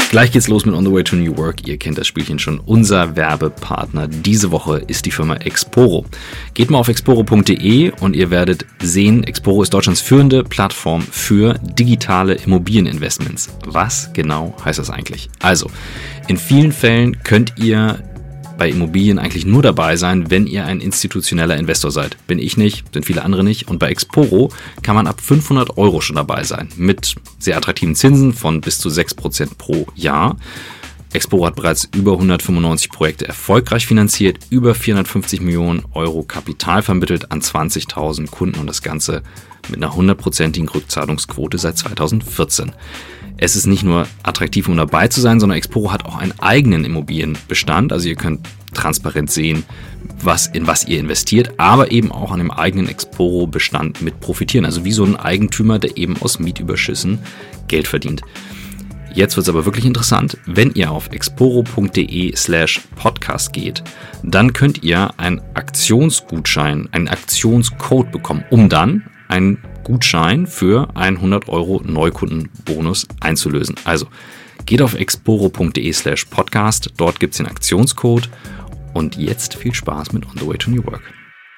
Gleich geht's los mit On the Way to New Work. Ihr kennt das Spielchen schon. Unser Werbepartner diese Woche ist die Firma Exporo. Geht mal auf exporo.de und ihr werdet sehen, Exporo ist Deutschlands führende Plattform für digitale Immobilieninvestments. Was genau heißt das eigentlich? Also, in vielen Fällen könnt ihr bei Immobilien eigentlich nur dabei sein, wenn ihr ein institutioneller Investor seid. Bin ich nicht, sind viele andere nicht. Und bei Exporo kann man ab 500 € schon dabei sein. Mit sehr attraktiven Zinsen von bis zu 6% pro Jahr. Exporo hat bereits über 195 Projekte erfolgreich finanziert, über 450 Millionen € Kapital vermittelt an 20.000 Kunden und das Ganze mit einer 100%igen Rückzahlungsquote seit 2014. Es ist nicht nur attraktiv, um dabei zu sein, sondern Exporo hat auch einen eigenen Immobilienbestand. Also ihr könnt transparent sehen, in was ihr investiert, aber eben auch an dem eigenen Exporo-Bestand mit profitieren. Also wie so ein Eigentümer, der eben aus Mietüberschüssen Geld verdient. Jetzt wird es aber wirklich interessant. Wenn ihr auf exporo.de/podcast geht, dann könnt ihr einen Aktionsgutschein, einen Aktionscode bekommen, um dann einen Gutschein für einen 100 € Neukundenbonus einzulösen. Also geht auf exporo.de/podcast, dort gibt es den Aktionscode und jetzt viel Spaß mit On the Way to New Work.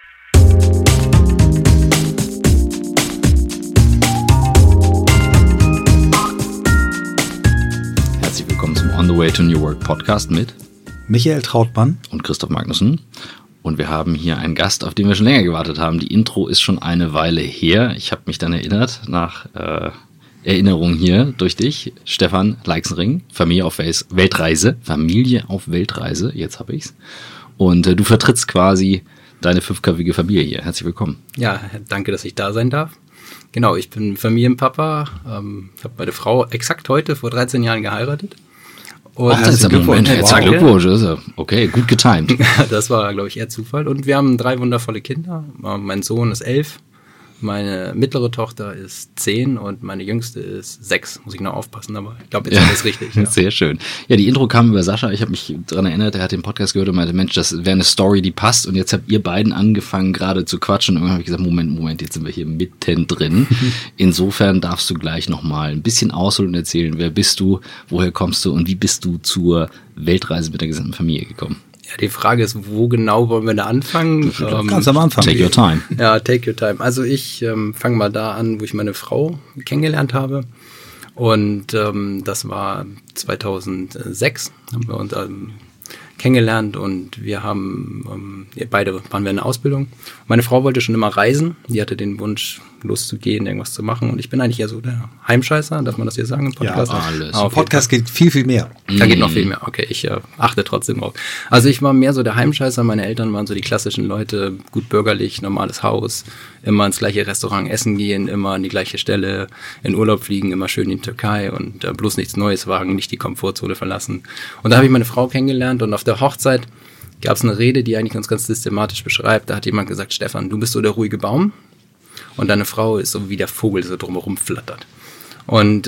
Herzlich willkommen zum On the Way to New Work Podcast mit Michael Trautmann und Christoph Magnussen. Und wir haben hier einen Gast, auf den wir schon länger gewartet haben. Die Intro ist schon eine Weile her. Ich habe mich dann erinnert, nach Erinnerung hier durch dich. Stefan Leixenring, Familie auf Weltreise. Jetzt habe ich's. Und du vertrittst quasi deine 5-köpfige Familie hier. Herzlich willkommen. Ja, danke, dass ich da sein darf. Genau, ich bin Familienpapa. Ich habe meine Frau exakt heute vor 13 Jahren geheiratet. Und Herzlichen Glückwunsch. Okay, gut getimt. Das war, glaube ich, eher Zufall. Und wir haben 3 wundervolle Kinder. Mein Sohn ist 11, meine mittlere Tochter ist 10 und meine jüngste ist 6. Muss ich noch aufpassen, aber ich glaube, jetzt ist alles richtig. Ja. Sehr schön. Ja, die Intro kam über Sascha. Ich habe mich daran erinnert, er hat den Podcast gehört und meinte, Mensch, das wäre eine Story, die passt. Und jetzt habt ihr beiden angefangen, gerade zu quatschen. Und irgendwann habe ich gesagt, Moment, jetzt sind wir hier mittendrin. Insofern darfst du gleich nochmal ein bisschen ausholen und erzählen, wer bist du, woher kommst du und wie bist du zur Weltreise mit der gesamten Familie gekommen? Ja, die Frage ist, wo genau wollen wir da anfangen? Ganz am Anfang. Take your time. Ja, take your time. Also ich fange mal da an, wo ich meine Frau kennengelernt habe. Und das war 2006, haben wir uns kennengelernt und wir haben, beide waren wir in der Ausbildung. Meine Frau wollte schon immer reisen, die hatte den Wunsch, loszugehen, irgendwas zu machen und ich bin eigentlich eher so der Heimscheißer, darf man das hier sagen im Podcast? Ja, alles. Im Podcast geht viel, viel mehr. Da geht noch viel mehr, okay, ich achte trotzdem drauf. Also ich war mehr so der Heimscheißer, meine Eltern waren so die klassischen Leute, gut bürgerlich, normales Haus, immer ins gleiche Restaurant essen gehen, immer an die gleiche Stelle, in Urlaub fliegen, immer schön in die Türkei und bloß nichts Neues wagen, nicht die Komfortzone verlassen. Und da habe ich meine Frau kennengelernt und auf der Hochzeit gab es eine Rede, die eigentlich uns ganz systematisch beschreibt. Da hat jemand gesagt, Stefan, du bist so der ruhige Baum und deine Frau ist so wie der Vogel, der so drumherum flattert. Und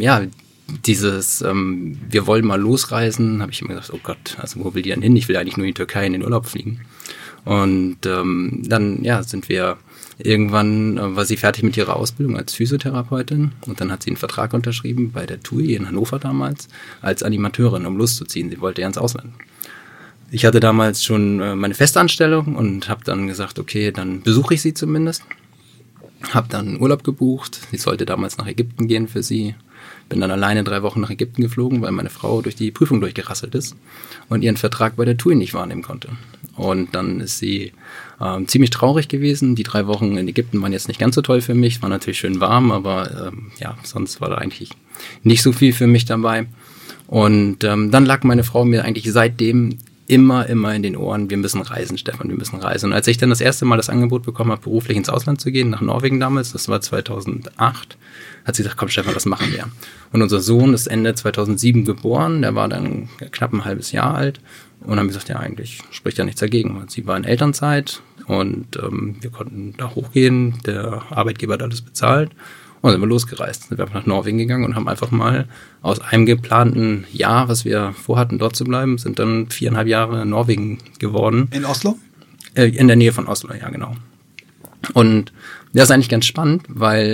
dieses wir wollen mal losreisen, habe ich immer gesagt, oh Gott, also wo will die denn hin? Ich will eigentlich nur in die Türkei in den Urlaub fliegen. Und dann sind wir irgendwann, war sie fertig mit ihrer Ausbildung als Physiotherapeutin und dann hat sie einen Vertrag unterschrieben bei der TUI in Hannover damals als Animateurin, um loszuziehen. Sie wollte ja ins Ausland. Ich hatte damals schon meine Festanstellung und habe dann gesagt, okay, dann besuche ich sie zumindest. Habe dann Urlaub gebucht. Sie sollte damals nach Ägypten gehen für sie. Bin dann alleine 3 Wochen nach Ägypten geflogen, weil meine Frau durch die Prüfung durchgerasselt ist und ihren Vertrag bei der TUI nicht wahrnehmen konnte. Und dann ist sie ziemlich traurig gewesen. Die 3 Wochen in Ägypten waren jetzt nicht ganz so toll für mich. Es war natürlich schön warm, aber sonst war da eigentlich nicht so viel für mich dabei. Und dann lag meine Frau mir eigentlich seitdem immer in den Ohren, wir müssen reisen, Stefan, wir müssen reisen. Und als ich dann das erste Mal das Angebot bekommen habe, beruflich ins Ausland zu gehen, nach Norwegen damals, das war 2008, hat sie gesagt, komm Stefan, das machen wir. Und unser Sohn ist Ende 2007 geboren, der war dann knapp ein halbes Jahr alt und haben gesagt, ja, eigentlich spricht ja nichts dagegen. Sie war in Elternzeit und wir konnten da hochgehen, der Arbeitgeber hat alles bezahlt. Und dann sind wir losgereist, sind wir nach Norwegen gegangen und haben einfach mal aus einem geplanten Jahr, was wir vorhatten, dort zu bleiben, sind dann 4,5 Jahre in Norwegen geworden. In Oslo? In der Nähe von Oslo, ja genau. Und das ist eigentlich ganz spannend, weil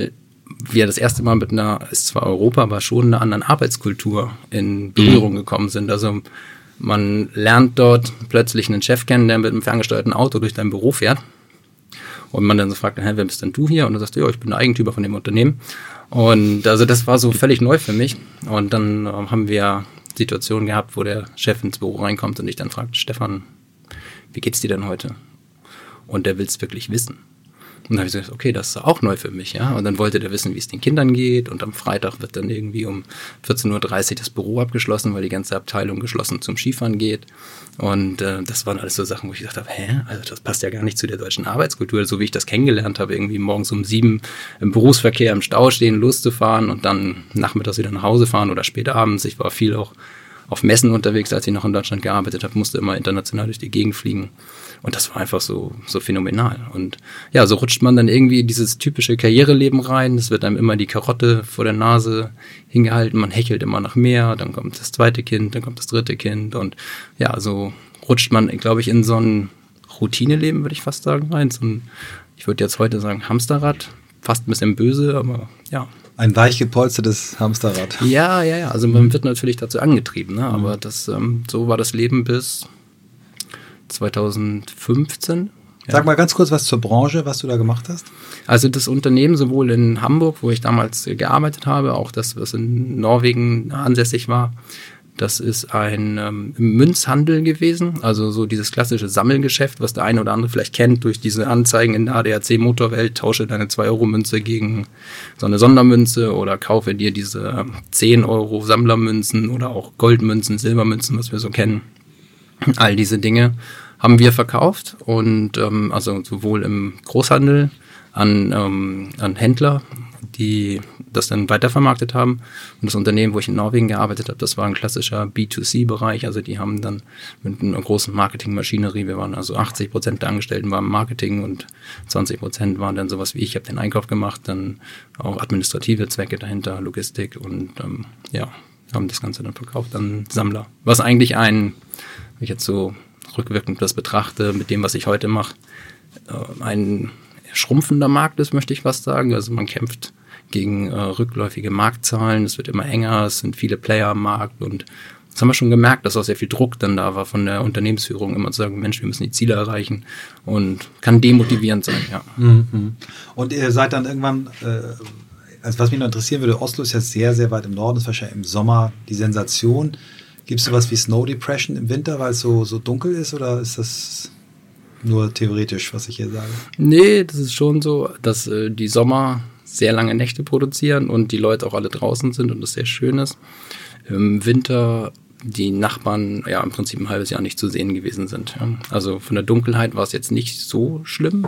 wir das erste Mal mit ist zwar Europa, aber schon einer anderen Arbeitskultur in Berührung gekommen sind. Also man lernt dort plötzlich einen Chef kennen, der mit einem ferngesteuerten Auto durch dein Büro fährt. Und man dann so fragt, wer bist denn du hier? Und du sagst, ja, ich bin der Eigentümer von dem Unternehmen. Und also das war so völlig neu für mich. Und dann haben wir Situationen gehabt, wo der Chef ins Büro reinkommt und ich dann fragt, Stefan, wie geht's dir denn heute? Und der will es wirklich wissen. Und dann habe ich gesagt, okay, das ist auch neu für mich, ja. Und dann wollte der wissen, wie es den Kindern geht. Und am Freitag wird dann irgendwie um 14.30 Uhr das Büro abgeschlossen, weil die ganze Abteilung geschlossen zum Skifahren geht. Und das waren alles so Sachen, wo ich gedacht habe, also das passt ja gar nicht zu der deutschen Arbeitskultur, so wie ich das kennengelernt habe, irgendwie morgens um 7 im Berufsverkehr im Stau stehen, loszufahren und dann nachmittags wieder nach Hause fahren oder spät abends. Ich war viel auch auf Messen unterwegs, als ich noch in Deutschland gearbeitet habe, musste immer international durch die Gegend fliegen. Und das war einfach so phänomenal. Und ja, so rutscht man dann irgendwie in dieses typische Karriereleben rein. Es wird einem immer die Karotte vor der Nase hingehalten. Man hechelt immer nach mehr. Dann kommt das zweite Kind, dann kommt das dritte Kind. Und ja, so rutscht man, glaube ich, in so ein Routineleben, würde ich fast sagen, rein. So ein, ich würde jetzt heute sagen, Hamsterrad. Fast ein bisschen böse, aber ja. Ein weich gepolstertes Hamsterrad. Ja. Also man wird natürlich dazu angetrieben, ne? Aber das, so war das Leben bis 2015. Ja. Sag mal ganz kurz was zur Branche, was du da gemacht hast. Also das Unternehmen sowohl in Hamburg, wo ich damals gearbeitet habe, auch das, was in Norwegen ansässig war, das ist ein Münzhandel gewesen, also so dieses klassische Sammelgeschäft, was der eine oder andere vielleicht kennt durch diese Anzeigen in der ADAC Motorwelt, tausche deine 2-Euro-Münze gegen so eine Sondermünze oder kaufe dir diese 10 € Sammlermünzen oder auch Goldmünzen, Silbermünzen, was wir so kennen. All diese Dinge haben wir verkauft und also sowohl im Großhandel an Händler, die das dann weitervermarktet haben. Und das Unternehmen, wo ich in Norwegen gearbeitet habe, das war ein klassischer B2C-Bereich. Also die haben dann mit einer großen Marketingmaschinerie, wir waren also 80% der Angestellten waren im Marketing und 20% waren dann sowas wie ich habe den Einkauf gemacht, dann auch administrative Zwecke dahinter, Logistik und haben das Ganze dann verkauft an Sammler. Was eigentlich wenn ich jetzt so rückwirkend das betrachte, mit dem, was ich heute mache, ein schrumpfender Markt ist, möchte ich fast sagen. Also man kämpft gegen rückläufige Marktzahlen, es wird immer enger, es sind viele Player am Markt und das haben wir schon gemerkt, dass auch sehr viel Druck dann da war von der Unternehmensführung, immer zu sagen, Mensch, wir müssen die Ziele erreichen und kann demotivierend sein, ja. Mhm. Und ihr seid dann irgendwann, also was mich noch interessieren würde, Oslo ist ja sehr, sehr weit im Norden, ist wahrscheinlich im Sommer die Sensation. Gibt es sowas wie Snow Depression im Winter, weil es so dunkel ist oder ist das nur theoretisch, was ich hier sage? Nee, das ist schon so, dass die Sommer sehr lange Nächte produzieren und die Leute auch alle draußen sind und das sehr schön ist. Im Winter die Nachbarn ja im Prinzip ein halbes Jahr nicht zu sehen gewesen sind. Ja. Also von der Dunkelheit war es jetzt nicht so schlimm.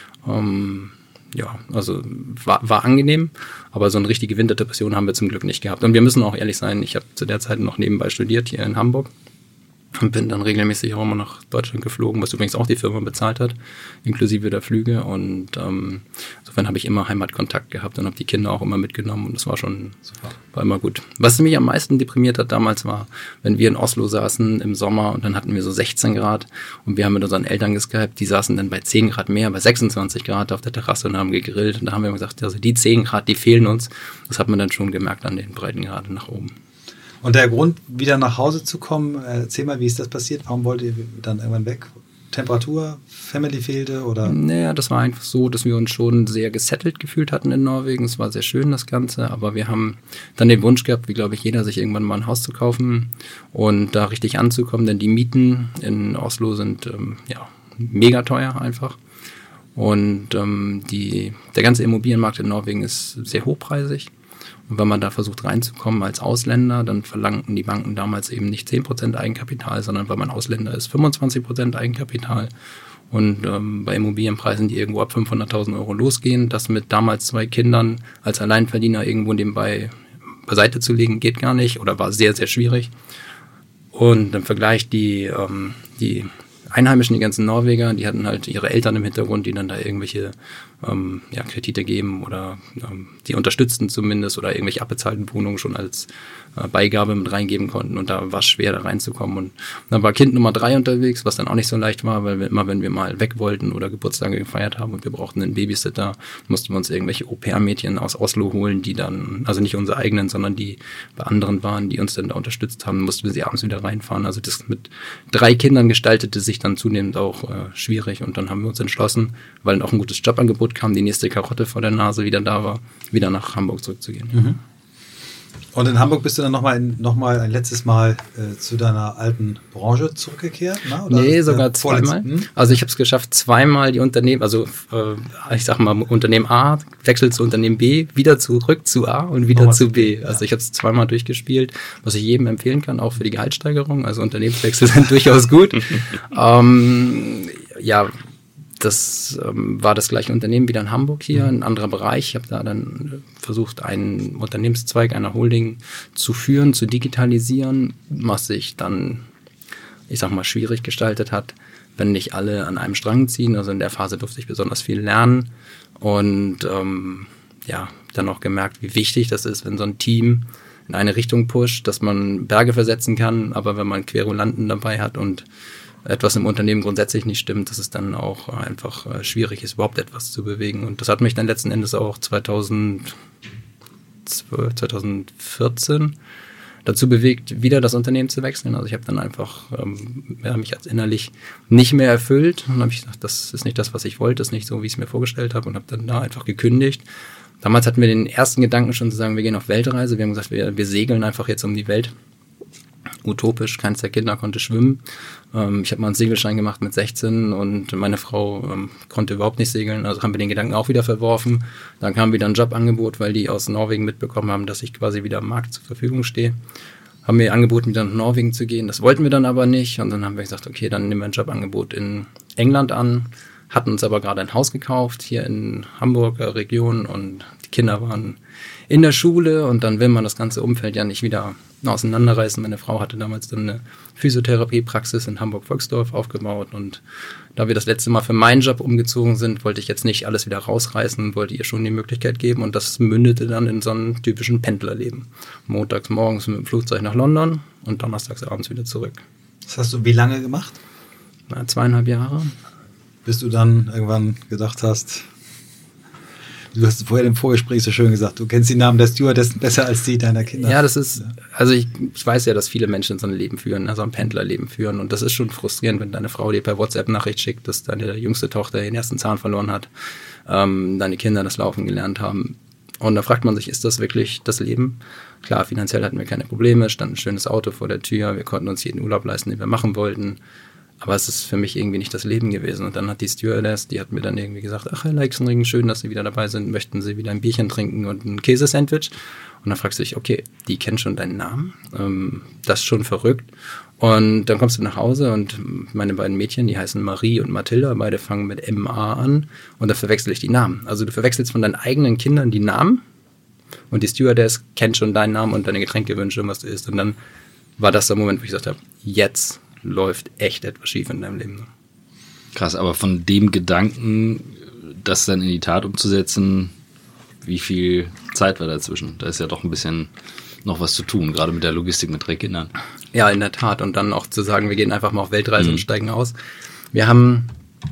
Also war angenehm, aber so eine richtige Winterdepression haben wir zum Glück nicht gehabt. Und wir müssen auch ehrlich sein, ich habe zu der Zeit noch nebenbei studiert hier in Hamburg und bin dann regelmäßig auch immer nach Deutschland geflogen, was übrigens auch die Firma bezahlt hat, inklusive der Flüge. Und insofern habe ich immer Heimatkontakt gehabt und habe die Kinder auch immer mitgenommen und das war schon super, war immer gut. Was mich am meisten deprimiert hat damals war, wenn wir in Oslo saßen im Sommer und dann hatten wir so 16 Grad und wir haben mit unseren Eltern geskypt, die saßen dann bei 10 Grad mehr, bei 26 Grad auf der Terrasse und haben gegrillt und da haben wir gesagt, also die 10 Grad, die fehlen uns. Das hat man dann schon gemerkt an den Breitengraden nach oben. Und der Grund, wieder nach Hause zu kommen, erzähl mal, wie ist das passiert? Warum wollt ihr dann irgendwann weg? Temperatur, Family fehlte oder? Naja, das war einfach so, dass wir uns schon sehr gesettelt gefühlt hatten in Norwegen. Es war sehr schön, das Ganze, aber wir haben dann den Wunsch gehabt, wie glaube ich jeder, sich irgendwann mal ein Haus zu kaufen und da richtig anzukommen, denn die Mieten in Oslo sind mega teuer einfach. Und der ganze Immobilienmarkt in Norwegen ist sehr hochpreisig. Und wenn man da versucht reinzukommen als Ausländer, dann verlangten die Banken damals eben nicht 10% Eigenkapital, sondern wenn man Ausländer ist, 25% Eigenkapital. Und bei Immobilienpreisen, die irgendwo ab 500.000 Euro losgehen, das mit damals 2 Kindern als Alleinverdiener irgendwo nebenbei beiseite zu legen, geht gar nicht oder war sehr, sehr schwierig. Und im Vergleich die Einheimischen, die ganzen Norweger, die hatten halt ihre Eltern im Hintergrund, die dann da irgendwelche Kredite geben oder die unterstützten zumindest oder irgendwelche abbezahlten Wohnungen schon als Beigabe mit reingeben konnten und da war es schwer, da reinzukommen. Und dann war Kind Nummer 3 unterwegs, was dann auch nicht so leicht war, weil wir immer, wenn wir mal weg wollten oder Geburtstage gefeiert haben und wir brauchten einen Babysitter, mussten wir uns irgendwelche Au-pair-Mädchen aus Oslo holen, die dann, also nicht unsere eigenen, sondern die bei anderen waren, die uns dann da unterstützt haben, mussten wir sie abends wieder reinfahren. Also das mit 3 Kindern gestaltete sich dann zunehmend auch schwierig und dann haben wir uns entschlossen, weil auch ein gutes Jobangebot kam, die nächste Karotte vor der Nase wieder da war, wieder nach Hamburg zurückzugehen. Mhm. Und in Hamburg bist du dann nochmal ein letztes Mal zu deiner alten Branche zurückgekehrt? Na? Oder nee, sogar zweimal. Also ich habe es geschafft, zweimal die Unternehmen, also ich sag mal Unternehmen A, wechselt zu Unternehmen B, wieder zurück zu A und wieder zu B. Also ich habe es zweimal durchgespielt, was ich jedem empfehlen kann, auch für die Gehaltssteigerung. Also Unternehmenswechsel sind durchaus gut. Das war das gleiche Unternehmen wieder in Hamburg hier, ein anderer Bereich. Ich habe da dann versucht, einen Unternehmenszweig einer Holding zu führen, zu digitalisieren, was sich dann, ich sag mal, schwierig gestaltet hat, wenn nicht alle an einem Strang ziehen. Also in der Phase durfte ich besonders viel lernen und dann auch gemerkt, wie wichtig das ist, wenn so ein Team in eine Richtung pusht, dass man Berge versetzen kann, aber wenn man Querulanten dabei hat und etwas im Unternehmen grundsätzlich nicht stimmt, dass es dann auch einfach schwierig ist, überhaupt etwas zu bewegen. Und das hat mich dann letzten Endes auch 2014 dazu bewegt, wieder das Unternehmen zu wechseln. Also ich habe dann einfach mich als innerlich nicht mehr erfüllt. Und dann habe ich gesagt, das ist nicht das, was ich wollte, das ist nicht so, wie ich es mir vorgestellt habe und habe dann da einfach gekündigt. Damals hatten wir den ersten Gedanken schon zu sagen, wir gehen auf Weltreise. Wir haben gesagt, wir segeln einfach jetzt um die Welt. Utopisch, keins der Kinder konnte schwimmen. Ich habe mal einen Segelschein gemacht mit 16 und meine Frau konnte überhaupt nicht segeln, also haben wir den Gedanken auch wieder verworfen. Dann kam wieder ein Jobangebot, weil die aus Norwegen mitbekommen haben, dass ich quasi wieder am Markt zur Verfügung stehe. Haben mir angeboten, wieder nach Norwegen zu gehen. Das wollten wir dann aber nicht und dann haben wir gesagt, okay, dann nehmen wir ein Jobangebot in England an, hatten uns aber gerade ein Haus gekauft hier in Hamburger Region und die Kinder waren in der Schule und dann will man das ganze Umfeld ja nicht wieder auseinanderreißen. Meine Frau hatte damals dann eine Physiotherapiepraxis in Hamburg-Volksdorf aufgebaut und da wir das letzte Mal für meinen Job umgezogen sind, wollte ich jetzt nicht alles wieder rausreißen, wollte ihr schon die Möglichkeit geben und das mündete dann in so einem typischen Pendlerleben. Montags morgens mit dem Flugzeug nach London und donnerstags abends wieder zurück. Das hast du wie lange gemacht? 2,5 Jahre. Bis du dann irgendwann gedacht hast, du hast vorher im Vorgespräch so schön gesagt, du kennst die Namen der Stewardessen besser als die deiner Kinder. Ja, das ist, also ich weiß ja, dass viele Menschen so ein Leben führen, also ein Pendlerleben führen und das ist schon frustrierend, wenn deine Frau dir per WhatsApp-Nachricht schickt, dass deine jüngste Tochter den ersten Zahn verloren hat, deine Kinder das Laufen gelernt haben und da fragt man sich, ist das wirklich das Leben? Klar, finanziell hatten wir keine Probleme, stand ein schönes Auto vor der Tür, wir konnten uns jeden Urlaub leisten, den wir machen wollten. Aber es ist für mich irgendwie nicht das Leben gewesen. Und dann hat die Stewardess, die hat mir dann irgendwie gesagt, ach, Herr Leixenring, schön, dass Sie wieder dabei sind. Möchten Sie wieder ein Bierchen trinken und ein Käsesandwich? Und dann fragst du dich, okay, die kennt schon deinen Namen. Das ist schon verrückt. Und dann kommst du nach Hause und meine beiden Mädchen, die heißen Marie und Mathilda, beide fangen mit M.A. an. Und da verwechsel ich die Namen. Also du verwechselst von deinen eigenen Kindern die Namen. Und die Stewardess kennt schon deinen Namen und deine Getränkewünsche und was du isst. Und dann war das der Moment, wo ich gesagt habe, jetzt läuft echt etwas schief in deinem Leben. Krass, aber von dem Gedanken, das dann in die Tat umzusetzen, wie viel Zeit war dazwischen? Da ist ja doch ein bisschen noch was zu tun, gerade mit der Logistik mit 3 Kindern. Ja, in der Tat. Und dann auch zu sagen, wir gehen einfach mal auf Weltreise und steigen aus. Wir haben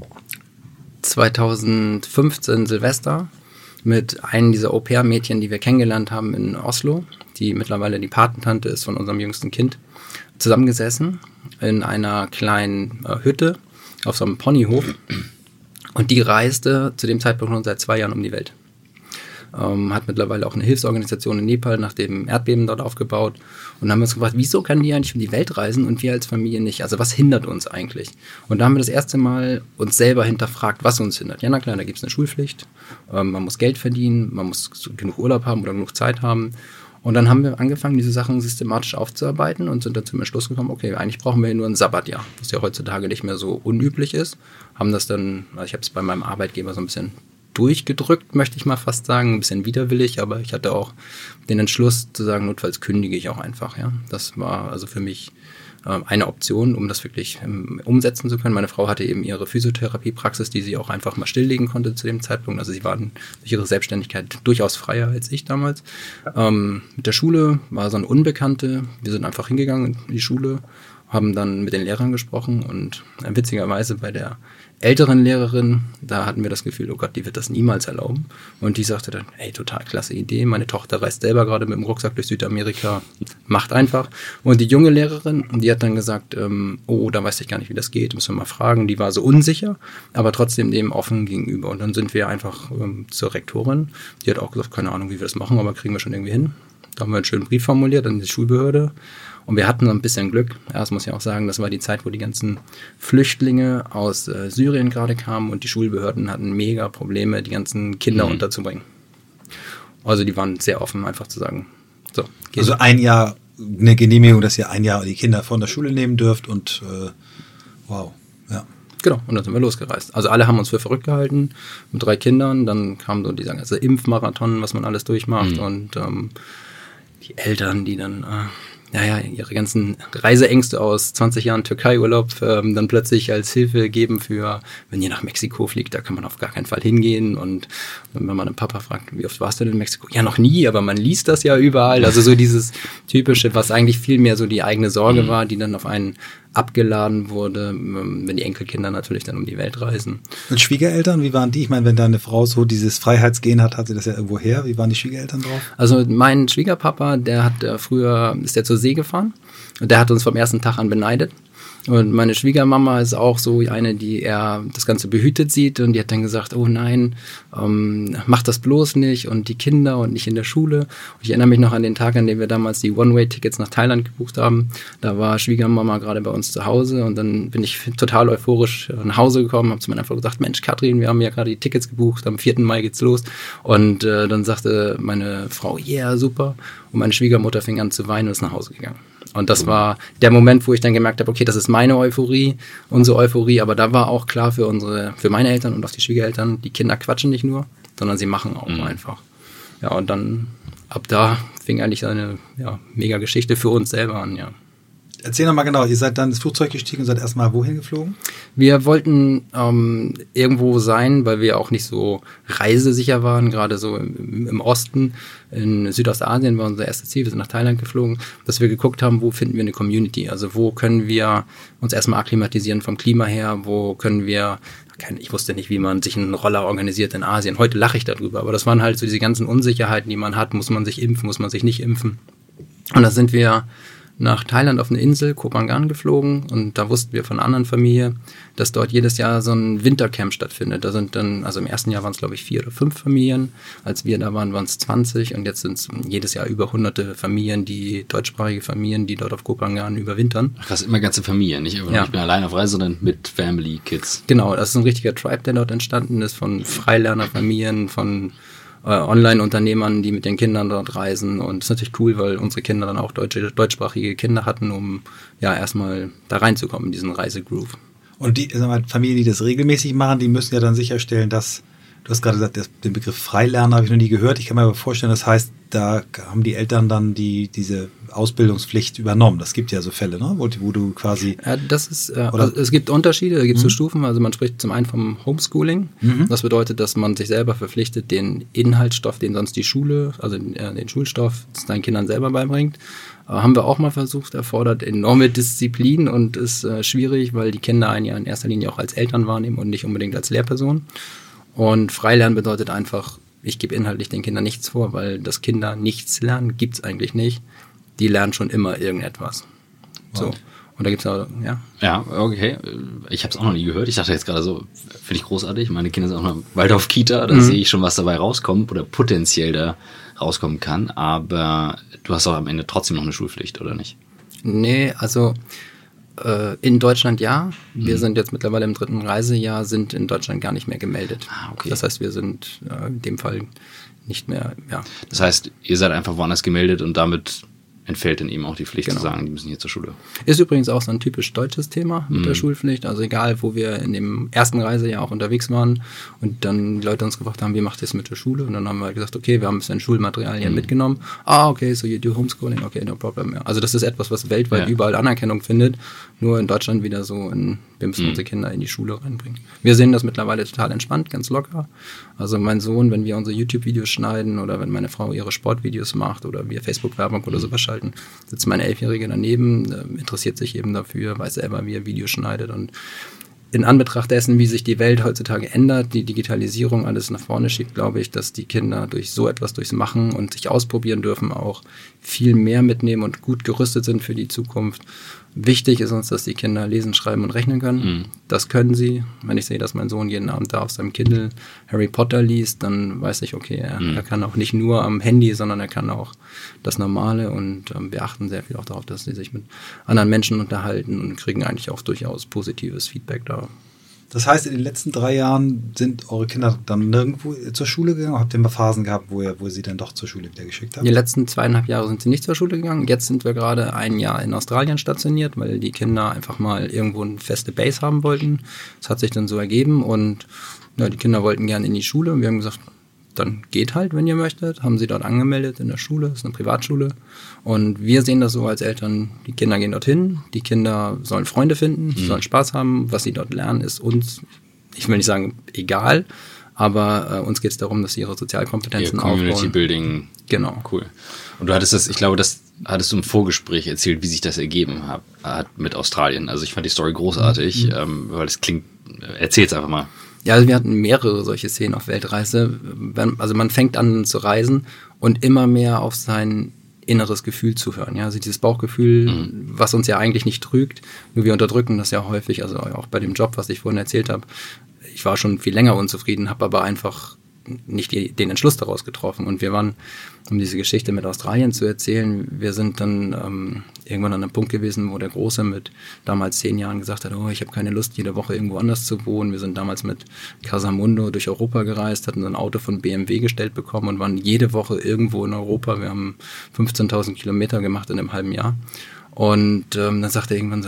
2015 Silvester mit einem dieser Au-pair-Mädchen, die wir kennengelernt haben in Oslo, die mittlerweile die Patentante ist von unserem jüngsten Kind, zusammengesessen in einer kleinen Hütte auf so einem Ponyhof und die reiste zu dem Zeitpunkt schon seit 2 Jahren um die Welt. Hat mittlerweile auch eine Hilfsorganisation in Nepal nach dem Erdbeben dort aufgebaut und haben uns gefragt, wieso kann die eigentlich um die Welt reisen und wir als Familie nicht? Also was hindert uns eigentlich? Und da haben wir das erste Mal uns selber hinterfragt, was uns hindert. Ja, na klar, da gibt es eine Schulpflicht, man muss Geld verdienen, man muss genug Urlaub haben oder genug Zeit haben. Und dann haben wir angefangen, diese Sachen systematisch aufzuarbeiten und sind dann zum Entschluss gekommen, okay, eigentlich brauchen wir hier nur ein Sabbatjahr, was ja heutzutage nicht mehr so unüblich ist. Haben das dann, also ich habe es bei meinem Arbeitgeber so ein bisschen durchgedrückt, möchte ich mal fast sagen, ein bisschen widerwillig, aber ich hatte auch den Entschluss zu sagen, notfalls kündige ich auch einfach, ja. Das war also für mich eine Option, um das wirklich umsetzen zu können. Meine Frau hatte eben ihre Physiotherapiepraxis, die sie auch einfach mal stilllegen konnte zu dem Zeitpunkt. Also sie waren durch ihre Selbstständigkeit durchaus freier als ich damals. Mit der Schule war so eine Unbekannte. Wir sind einfach hingegangen in die Schule, haben dann mit den Lehrern gesprochen und witzigerweise bei der älteren Lehrerin, da hatten wir das Gefühl, oh Gott, die wird das niemals erlauben. Und die sagte dann, hey, total klasse Idee, meine Tochter reist selber gerade mit dem Rucksack durch Südamerika, macht einfach. Und die junge Lehrerin, die hat dann gesagt, oh, da weiß ich gar nicht, wie das geht, müssen wir mal fragen. Die war so unsicher, aber trotzdem dem offen gegenüber. Und dann sind wir einfach zur Rektorin, die hat auch gesagt, keine Ahnung, wie wir das machen, aber kriegen wir schon irgendwie hin. Da haben wir einen schönen Brief formuliert an die Schulbehörde. Und wir hatten so ein bisschen Glück. Ja, das muss ich auch sagen, das war die Zeit, wo die ganzen Flüchtlinge aus Syrien gerade kamen und die Schulbehörden hatten mega Probleme, die ganzen Kinder unterzubringen. Also die waren sehr offen, einfach zu sagen, so. Also ein Jahr eine Genehmigung, dass ihr ein Jahr die Kinder von der Schule nehmen dürft und wow, ja. Genau, und dann sind wir losgereist. Also alle haben uns für verrückt gehalten, mit 3 Kindern. Dann kam so dieser ganze Impfmarathon, was man alles durchmacht. Und die Eltern, die dann ihre ganzen Reiseängste aus 20 Jahren Türkei-Urlaub dann plötzlich als Hilfe geben für, wenn ihr nach Mexiko fliegt, da kann man auf gar keinen Fall hingehen. Und wenn man den Papa fragt, wie oft warst du denn in Mexiko? Ja, noch nie, aber man liest das ja überall. Also so dieses Typische, was eigentlich viel mehr so die eigene Sorge war, die dann auf einen abgeladen wurde, wenn die Enkelkinder natürlich dann um die Welt reisen. Und Schwiegereltern, wie waren die? Ich meine, wenn deine Frau so dieses Freiheitsgehen hat sie das ja irgendwo her. Wie waren die Schwiegereltern drauf? Also mein Schwiegerpapa, der hat ist der zur See gefahren und der hat uns vom ersten Tag an beneidet. Und meine Schwiegermama ist auch so eine, die eher das Ganze behütet sieht und die hat dann gesagt, oh nein, mach das bloß nicht und die Kinder und nicht in der Schule. Und ich erinnere mich noch an den Tag, an dem wir damals die One-Way-Tickets nach Thailand gebucht haben. Da war Schwiegermama gerade bei uns zu Hause und dann bin ich total euphorisch nach Hause gekommen, habe zu meiner Frau gesagt, Mensch Katrin, wir haben ja gerade die Tickets gebucht, am 4. Mai geht's los. Und dann sagte meine Frau, yeah, super. Und meine Schwiegermutter fing an zu weinen und ist nach Hause gegangen. Und das war der Moment, wo ich dann gemerkt habe, okay, das ist meine Euphorie, unsere Euphorie, aber da war auch klar für meine Eltern und auch die Schwiegereltern, die Kinder quatschen nicht nur, sondern sie machen auch einfach. Ja, und dann ab da fing eigentlich eine mega Geschichte für uns selber an, ja. Erzähl nochmal genau, ihr seid dann ins Flugzeug gestiegen und seid erstmal wohin geflogen? Wir wollten irgendwo sein, weil wir auch nicht so reisesicher waren, gerade so im Osten. In Südostasien war unser erstes Ziel, wir sind nach Thailand geflogen, dass wir geguckt haben, wo finden wir eine Community, also wo können wir uns erstmal akklimatisieren vom Klima her, wo können wir, ich wusste nicht, wie man sich einen Roller organisiert in Asien, heute lache ich darüber, aber das waren halt so diese ganzen Unsicherheiten, die man hat, muss man sich impfen, muss man sich nicht impfen. Und da sind wir nach Thailand auf eine Insel, Koh Phangan, geflogen und da wussten wir von einer anderen Familie, dass dort jedes Jahr so ein Wintercamp stattfindet. Da sind dann, also im ersten Jahr waren es glaube ich 4 oder 5 Familien, als wir da waren es 20 und jetzt sind es jedes Jahr über 100 Familien, deutschsprachige Familien, die dort auf Koh Phangan überwintern. Ach, das sind immer ganze Familien, nicht? Ich bin allein auf Reise, sondern mit Family, Kids. Genau, das ist ein richtiger Tribe, der dort entstanden ist, von Freilernerfamilien, von Online-Unternehmern, die mit den Kindern dort reisen und das ist natürlich cool, weil unsere Kinder dann auch deutschsprachige Kinder hatten, um erstmal da reinzukommen in diesen Reisegroove. Und die Familien, die das regelmäßig machen, die müssen ja dann sicherstellen, dass, du hast gerade gesagt, den Begriff Freilerner habe ich noch nie gehört, ich kann mir aber vorstellen, das heißt, da haben die Eltern dann diese Ausbildungspflicht übernommen. Das gibt ja so Fälle, ne? wo du quasi... Ja, das ist, also es gibt Unterschiede, es gibt so Stufen, also man spricht zum einen vom Homeschooling. Das bedeutet, dass man sich selber verpflichtet, den Inhaltsstoff, den sonst die Schule, also den Schulstoff seinen Kindern selber beibringt. Haben wir auch mal versucht, erfordert enorme Disziplin und ist schwierig, weil die Kinder einen ja in erster Linie auch als Eltern wahrnehmen und nicht unbedingt als Lehrperson. Und Freilernen bedeutet einfach, ich gebe inhaltlich den Kindern nichts vor, weil das Kinder nichts lernen, gibt's eigentlich nicht. Die lernen schon immer irgendetwas. Wow. So. Und da gibt's auch, ja. Ja, okay. Ich habe es auch noch nie gehört. Ich dachte jetzt gerade so, finde ich großartig. Meine Kinder sind auch noch Waldorf-Kita, da sehe ich schon, was dabei rauskommt oder potenziell da rauskommen kann. Aber du hast auch am Ende trotzdem noch eine Schulpflicht, oder nicht? Nee, also in Deutschland ja. Wir sind jetzt mittlerweile im 3. Reisejahr, sind in Deutschland gar nicht mehr gemeldet. Okay. Das heißt, wir sind in dem Fall nicht mehr, ja. Das heißt, ihr seid einfach woanders gemeldet und damit entfällt dann eben auch die Pflicht zu sagen, die müssen hier zur Schule. Ist übrigens auch so ein typisch deutsches Thema mit der Schulpflicht. Also egal, wo wir in dem ersten Reisejahr auch unterwegs waren und dann die Leute uns gefragt haben, wie macht ihr es mit der Schule? Und dann haben wir gesagt, okay, wir haben ein bisschen Schulmaterialien mitgenommen. Okay, so you do homeschooling, okay, no problem. Ja. Also das ist etwas, was weltweit überall Anerkennung findet, nur in Deutschland wieder so, wir müssen unsere Kinder in die Schule reinbringen. Wir sehen das mittlerweile total entspannt, ganz locker. Also mein Sohn, wenn wir unsere YouTube-Videos schneiden oder wenn meine Frau ihre Sportvideos macht oder wir Facebook-Werbung oder sowas schalten, sitzt meine 11-Jährige daneben, interessiert sich eben dafür, weiß selber, wie er Videos schneidet. Und in Anbetracht dessen, wie sich die Welt heutzutage ändert, die Digitalisierung alles nach vorne schiebt, glaube ich, dass die Kinder durch so etwas, durchs Machen und sich ausprobieren dürfen, auch viel mehr mitnehmen und gut gerüstet sind für die Zukunft. Wichtig ist uns, dass die Kinder lesen, schreiben und rechnen können. Das können sie. Wenn ich sehe, dass mein Sohn jeden Abend da auf seinem Kindle Harry Potter liest, dann weiß ich, okay, er kann auch nicht nur am Handy, sondern er kann auch das Normale und wir achten sehr viel auch darauf, dass sie sich mit anderen Menschen unterhalten und kriegen eigentlich auch durchaus positives Feedback da. Das heißt, in den letzten 3 Jahren sind eure Kinder dann nirgendwo zur Schule gegangen? Habt ihr mal Phasen gehabt, wo ihr sie dann doch zur Schule wieder geschickt habt? Die letzten 2,5 Jahre sind sie nicht zur Schule gegangen. Jetzt sind wir gerade 1 Jahr in Australien stationiert, weil die Kinder einfach mal irgendwo eine feste Base haben wollten. Das hat sich dann so ergeben und die Kinder wollten gerne in die Schule und wir haben gesagt, dann geht halt, wenn ihr möchtet. Haben sie dort angemeldet in der Schule, das ist eine Privatschule. Und wir sehen das so als Eltern, die Kinder gehen dorthin, die Kinder sollen Freunde finden, sollen Spaß haben. Was sie dort lernen, ist uns, ich will nicht sagen egal, aber uns geht es darum, dass sie ihre Sozialkompetenzen aufbauen. Community Building. Genau. Cool. Und du hattest ich glaube, das hattest du im Vorgespräch erzählt, wie sich das ergeben hat mit Australien. Also ich fand die Story großartig, weil es klingt, erzähl's einfach mal. Ja, also wir hatten mehrere solche Szenen auf Weltreise. Also man fängt an zu reisen und immer mehr auf sein inneres Gefühl zu hören. Ja, also dieses Bauchgefühl, was uns ja eigentlich nicht trügt, nur wir unterdrücken das ja häufig. Also auch bei dem Job, was ich vorhin erzählt habe. Ich war schon viel länger unzufrieden, habe aber einfach nicht den Entschluss daraus getroffen. Und wir waren, um diese Geschichte mit Australien zu erzählen, wir sind dann irgendwann an einem Punkt gewesen, wo der Große mit damals 10 Jahren gesagt hat, ich habe keine Lust, jede Woche irgendwo anders zu wohnen. Wir sind damals mit Casamundo durch Europa gereist, hatten ein Auto von BMW gestellt bekommen und waren jede Woche irgendwo in Europa. Wir haben 15.000 Kilometer gemacht in einem halben Jahr. Und dann sagte er irgendwann so,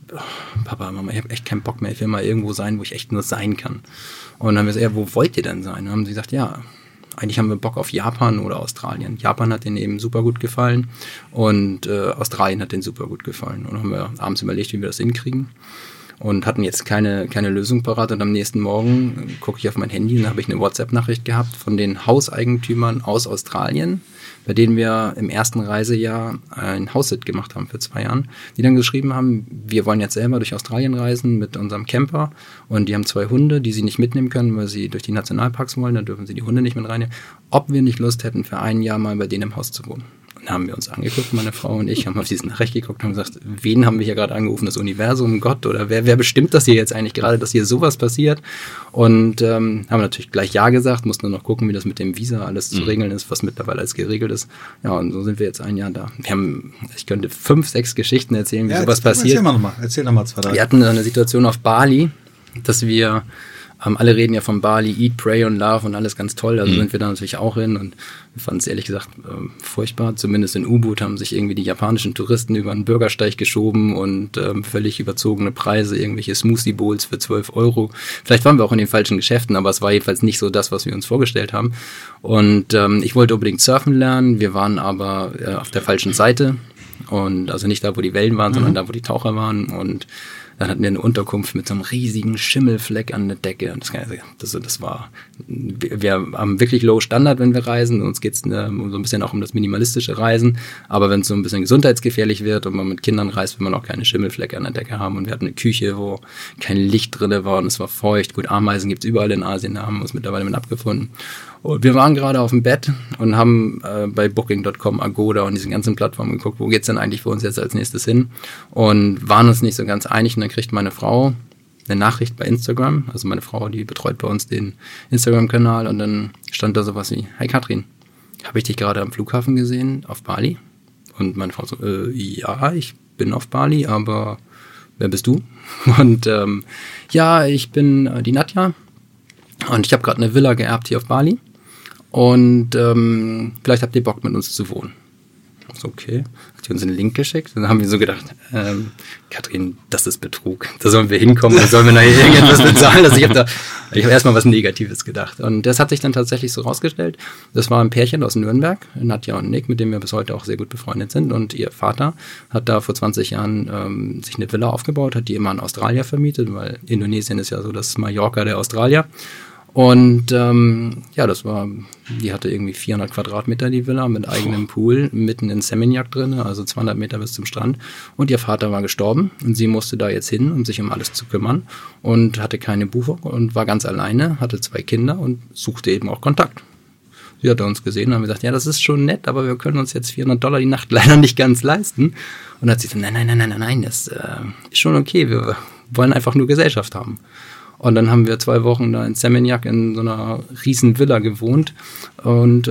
Papa, Mama, ich habe echt keinen Bock mehr, ich will mal irgendwo sein, wo ich echt nur sein kann. Und dann haben wir gesagt, wo wollt ihr denn sein? Und dann haben sie gesagt, eigentlich haben wir Bock auf Japan oder Australien. Japan hat denen eben super gut gefallen und Australien hat denen super gut gefallen. Und dann haben wir abends überlegt, wie wir das hinkriegen und hatten jetzt keine Lösung parat. Und am nächsten Morgen gucke ich auf mein Handy und da habe ich eine WhatsApp-Nachricht gehabt von den Hauseigentümern aus Australien, bei denen wir im ersten Reisejahr ein Haussit gemacht haben für 2 Jahren, die dann geschrieben haben, wir wollen jetzt selber durch Australien reisen mit unserem Camper und die haben 2 Hunde, die sie nicht mitnehmen können, weil sie durch die Nationalparks wollen, dann dürfen sie die Hunde nicht mit reinnehmen, ob wir nicht Lust hätten, für 1 Jahr mal bei denen im Haus zu wohnen. Und haben wir uns angeguckt, meine Frau und ich, haben auf diese Nachricht geguckt und haben gesagt, wen haben wir hier gerade angerufen, das Universum, Gott oder wer bestimmt das hier jetzt eigentlich gerade, dass hier sowas passiert? Und haben natürlich gleich Ja gesagt, mussten nur noch gucken, wie das mit dem Visa alles zu regeln ist, was mittlerweile alles geregelt ist. Ja, und so sind wir jetzt 1 Jahr da. Ich könnte 5, 6 Geschichten erzählen, wie sowas passiert. Erzähl noch mal 2, 3. Wir hatten eine Situation auf Bali, dass wir alle reden ja von Bali, Eat, Pray und Love und alles ganz toll, also sind wir da natürlich auch hin und wir fanden es ehrlich gesagt furchtbar. Zumindest in Ubud haben sich irgendwie die japanischen Touristen über einen Bürgersteig geschoben und völlig überzogene Preise, irgendwelche Smoothie Bowls für 12 €. Vielleicht waren wir auch in den falschen Geschäften, aber es war jedenfalls nicht so das, was wir uns vorgestellt haben. Und ich wollte unbedingt surfen lernen, wir waren aber auf der falschen Seite und also nicht da, wo die Wellen waren, sondern da, wo die Taucher waren und dann hatten wir eine Unterkunft mit so einem riesigen Schimmelfleck an der Decke. Und das war, wir haben wirklich low Standard, wenn wir reisen. Uns geht's so ein bisschen auch um das minimalistische Reisen. Aber wenn es so ein bisschen gesundheitsgefährlich wird und man mit Kindern reist, will man auch keine Schimmelflecke an der Decke haben. Und wir hatten eine Küche, wo kein Licht drin war und es war feucht. Gut, Ameisen gibt's überall in Asien, da haben wir uns mittlerweile mit abgefunden. Und wir waren gerade auf dem Bett und haben bei Booking.com, Agoda und diesen ganzen Plattformen geguckt, wo geht's denn eigentlich für uns jetzt als nächstes hin? Und waren uns nicht so ganz einig. Und dann kriegt meine Frau eine Nachricht bei Instagram. Also meine Frau, die betreut bei uns den Instagram-Kanal. Und dann stand da sowas wie, hi Katrin, habe ich dich gerade am Flughafen gesehen auf Bali? Und meine Frau so, ja, ich bin auf Bali, aber wer bist du? Und ja, ich bin die Nadja. Und ich habe gerade eine Villa geerbt hier auf Bali. Und vielleicht habt ihr Bock, mit uns zu wohnen. So, okay. Hat die uns einen Link geschickt? Dann haben wir so gedacht, Katrin, das ist Betrug. Da sollen wir hinkommen, da sollen wir nachher irgendetwas bezahlen. Also ich habe erstmal was Negatives gedacht. Und das hat sich dann tatsächlich so rausgestellt. Das war ein Pärchen aus Nürnberg, Nadja und Nick, mit dem wir bis heute auch sehr gut befreundet sind. Und ihr Vater hat da vor 20 Jahren sich eine Villa aufgebaut, hat die immer an Australier vermietet, weil Indonesien ist ja so das Mallorca der Australier. Und die hatte irgendwie 400 Quadratmeter, die Villa, mit eigenem Pool, mitten in Seminyak drin, also 200 Meter bis zum Strand. Und ihr Vater war gestorben und sie musste da jetzt hin, um sich um alles zu kümmern und hatte keine Buchung und war ganz alleine, hatte 2 Kinder und suchte eben auch Kontakt. Sie hatte uns gesehen und haben gesagt, ja, das ist schon nett, aber wir können uns jetzt $400 die Nacht leider nicht ganz leisten. Und dann hat sie gesagt, nein, das ist schon okay, wir wollen einfach nur Gesellschaft haben. Und dann haben wir 2 Wochen da in Seminyak in so einer riesen Villa gewohnt und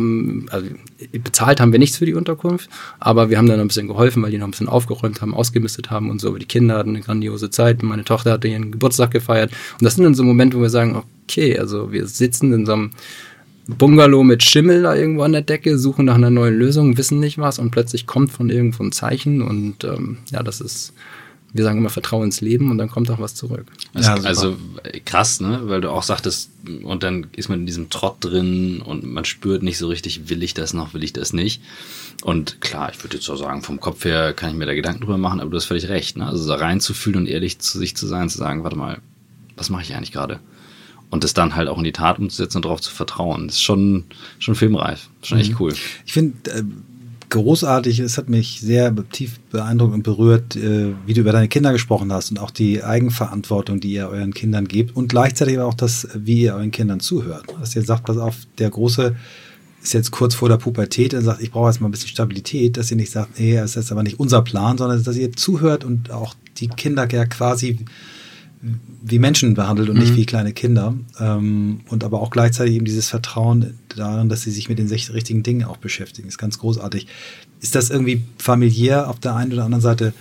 bezahlt haben wir nichts für die Unterkunft, aber wir haben dann ein bisschen geholfen, weil die noch ein bisschen aufgeräumt haben, ausgemistet haben und so. Aber die Kinder hatten eine grandiose Zeit. Meine Tochter hatte ihren Geburtstag gefeiert. Und das sind dann so Momente, wo wir sagen, okay, also wir sitzen in so einem Bungalow mit Schimmel da irgendwo an der Decke, suchen nach einer neuen Lösung, wissen nicht was und plötzlich kommt von irgendwo ein Zeichen und das ist... Wir sagen immer, vertraue ins Leben und dann kommt auch was zurück. Ja, also krass, ne? Weil du auch sagtest, und dann ist man in diesem Trott drin und man spürt nicht so richtig, will ich das noch, will ich das nicht? Und klar, ich würde jetzt auch sagen, vom Kopf her kann ich mir da Gedanken drüber machen, aber du hast völlig recht, ne? Also so reinzufühlen und ehrlich zu sich zu sein, zu sagen, warte mal, was mache ich eigentlich gerade? Und das dann halt auch in die Tat umzusetzen und darauf zu vertrauen. Das ist schon filmreif, schon echt cool. Ich finde... großartig, es hat mich sehr tief beeindruckt und berührt, wie du über deine Kinder gesprochen hast und auch die Eigenverantwortung, die ihr euren Kindern gebt und gleichzeitig auch das, wie ihr euren Kindern zuhört. Dass ihr sagt, pass auf, der Große ist jetzt kurz vor der Pubertät und sagt, ich brauche jetzt mal ein bisschen Stabilität, dass ihr nicht sagt, nee, das ist aber nicht unser Plan, sondern dass ihr zuhört und auch die Kinder ja quasi wie Menschen behandelt und nicht wie kleine Kinder. Und aber auch gleichzeitig eben dieses Vertrauen darin, dass sie sich mit den richtigen Dingen auch beschäftigen. Das ist ganz großartig. Ist das irgendwie familiär auf der einen oder anderen Seite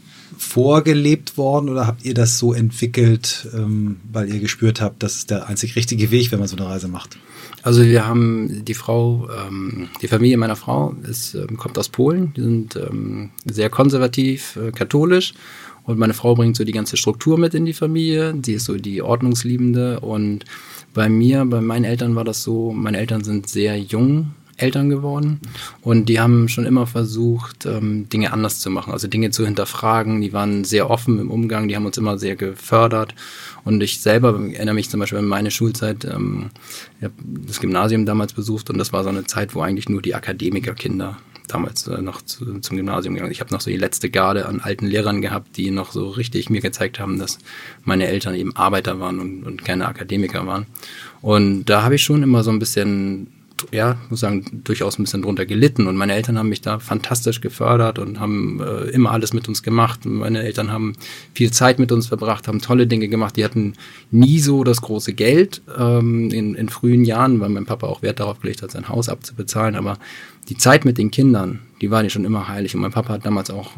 vorgelebt worden oder habt ihr das so entwickelt, weil ihr gespürt habt, das ist der einzig richtige Weg, wenn man so eine Reise macht? Also wir haben die Familie meiner Frau kommt aus Polen, die sind sehr konservativ, katholisch. Und meine Frau bringt so die ganze Struktur mit in die Familie. Sie ist so die Ordnungsliebende. Und bei meinen Eltern war das so, meine Eltern sind sehr jung Eltern geworden. Und die haben schon immer versucht, Dinge anders zu machen, also Dinge zu hinterfragen. Die waren sehr offen im Umgang, die haben uns immer sehr gefördert. Und ich selber erinnere mich zum Beispiel an meine Schulzeit, ich habe das Gymnasium damals besucht und das war so eine Zeit, wo eigentlich nur die Akademikerkinder damals noch zum Gymnasium gegangen. Ich habe noch so die letzte Garde an alten Lehrern gehabt, die noch so richtig mir gezeigt haben, dass meine Eltern eben Arbeiter waren und keine Akademiker waren. Und da habe ich schon immer so ein bisschen, muss sagen, durchaus ein bisschen drunter gelitten. Und meine Eltern haben mich da fantastisch gefördert und haben immer alles mit uns gemacht. Und meine Eltern haben viel Zeit mit uns verbracht, haben tolle Dinge gemacht. Die hatten nie so das große Geld in frühen Jahren, weil mein Papa auch Wert darauf gelegt hat, sein Haus abzubezahlen. Aber die Zeit mit den Kindern, die war nicht schon immer heilig. Und mein Papa hat damals auch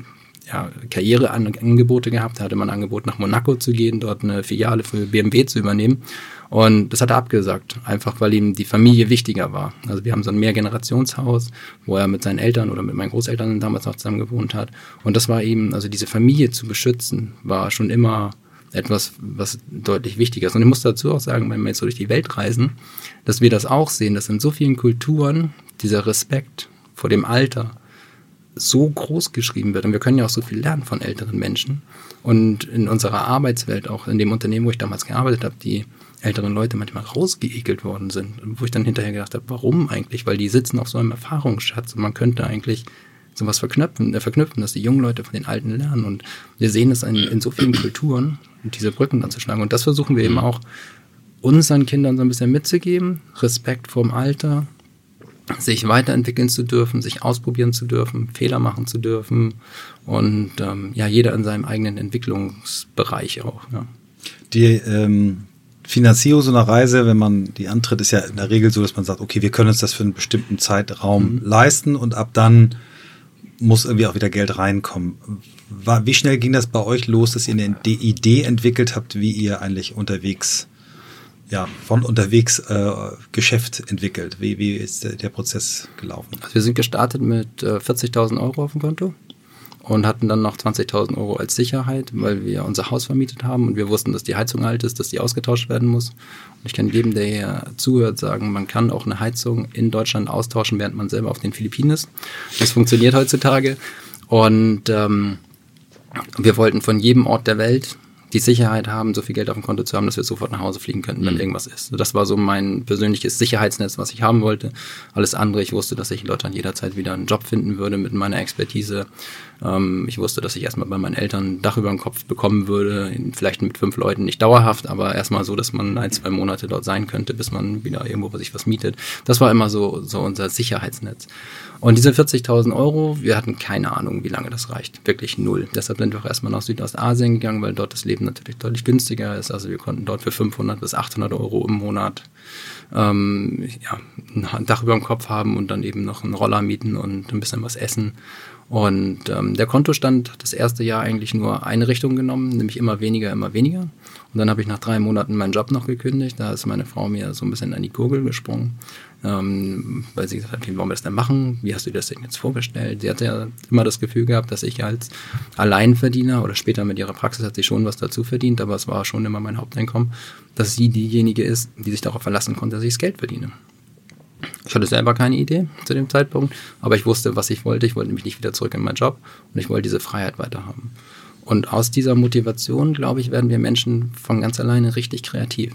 Karriereangebote gehabt. Da hatte man ein Angebot, nach Monaco zu gehen, dort eine Filiale für BMW zu übernehmen. Und das hat er abgesagt, einfach weil ihm die Familie wichtiger war. Also wir haben so ein Mehrgenerationshaus, wo er mit seinen Eltern oder mit meinen Großeltern damals noch zusammen gewohnt hat. Und das war eben, also diese Familie zu beschützen, war schon immer etwas, was deutlich wichtiger ist. Und ich muss dazu auch sagen, wenn wir jetzt so durch die Welt reisen, dass wir das auch sehen, dass in so vielen Kulturen dieser Respekt vor dem Alter so groß geschrieben wird. Und wir können ja auch so viel lernen von älteren Menschen. Und in unserer Arbeitswelt, auch in dem Unternehmen, wo ich damals gearbeitet habe, die älteren Leute manchmal rausgeekelt worden sind. Und wo ich dann hinterher gedacht habe, warum eigentlich? Weil die sitzen auf so einem Erfahrungsschatz und man könnte eigentlich sowas verknüpfen, dass die jungen Leute von den Alten lernen. Und wir sehen es in so vielen Kulturen, diese Brücken dann zu schlagen. Und das versuchen wir eben auch unseren Kindern so ein bisschen mitzugeben. Respekt vorm Alter, sich weiterentwickeln zu dürfen, sich ausprobieren zu dürfen, Fehler machen zu dürfen und jeder in seinem eigenen Entwicklungsbereich auch. Ja. Die Finanzierung so einer Reise, wenn man die antritt, ist ja in der Regel so, dass man sagt, okay, wir können uns das für einen bestimmten Zeitraum leisten und ab dann muss irgendwie auch wieder Geld reinkommen. Wie schnell ging das bei euch los, dass ihr eine Idee entwickelt habt, wie ihr eigentlich unterwegs von unterwegs Geschäft entwickelt? Wie ist der Prozess gelaufen? Also wir sind gestartet mit 40.000 Euro auf dem Konto und hatten dann noch 20.000 Euro als Sicherheit, weil wir unser Haus vermietet haben und wir wussten, dass die Heizung alt ist, dass die ausgetauscht werden muss. Und ich kann jedem, der hier zuhört, sagen, man kann auch eine Heizung in Deutschland austauschen, während man selber auf den Philippinen ist. Das funktioniert heutzutage. Und wir wollten von jedem Ort der Welt die Sicherheit haben, so viel Geld auf dem Konto zu haben, dass wir sofort nach Hause fliegen könnten, wenn irgendwas ist. Das war so mein persönliches Sicherheitsnetz, was ich haben wollte. Alles andere, ich wusste, dass ich in Deutschland jederzeit wieder einen Job finden würde mit meiner Expertise. Ich wusste, dass ich erstmal bei meinen Eltern ein Dach über dem Kopf bekommen würde, vielleicht mit 5 Leuten, nicht dauerhaft, aber erstmal so, dass man 1-2 Monate dort sein könnte, bis man wieder irgendwo sich was mietet. Das war immer so unser Sicherheitsnetz. Und diese 40.000 Euro, wir hatten keine Ahnung, wie lange das reicht. Wirklich 0. Deshalb sind wir auch erstmal nach Südostasien gegangen, weil dort das Leben natürlich deutlich günstiger ist. Also wir konnten dort für 500 bis 800 Euro im Monat ein Dach über dem Kopf haben und dann eben noch einen Roller mieten und ein bisschen was essen. Und der Kontostand hat das erste Jahr eigentlich nur eine Richtung genommen, nämlich immer weniger, immer weniger. Und dann habe ich nach 3 Monaten meinen Job noch gekündigt. Da ist meine Frau mir so ein bisschen an die Gurgel gesprungen, weil sie gesagt hat, wie wollen wir das denn machen? Wie hast du dir das denn jetzt vorgestellt? Sie hatte ja immer das Gefühl gehabt, dass ich als Alleinverdiener oder später mit ihrer Praxis hat sie schon was dazu verdient, aber es war schon immer mein Haupteinkommen, dass sie diejenige ist, die sich darauf verlassen konnte, dass ich das Geld verdiene. Ich hatte selber keine Idee zu dem Zeitpunkt, aber ich wusste, was ich wollte. Ich wollte nämlich nicht wieder zurück in meinen Job und ich wollte diese Freiheit weiterhaben. Und aus dieser Motivation, glaube ich, werden wir Menschen von ganz alleine richtig kreativ.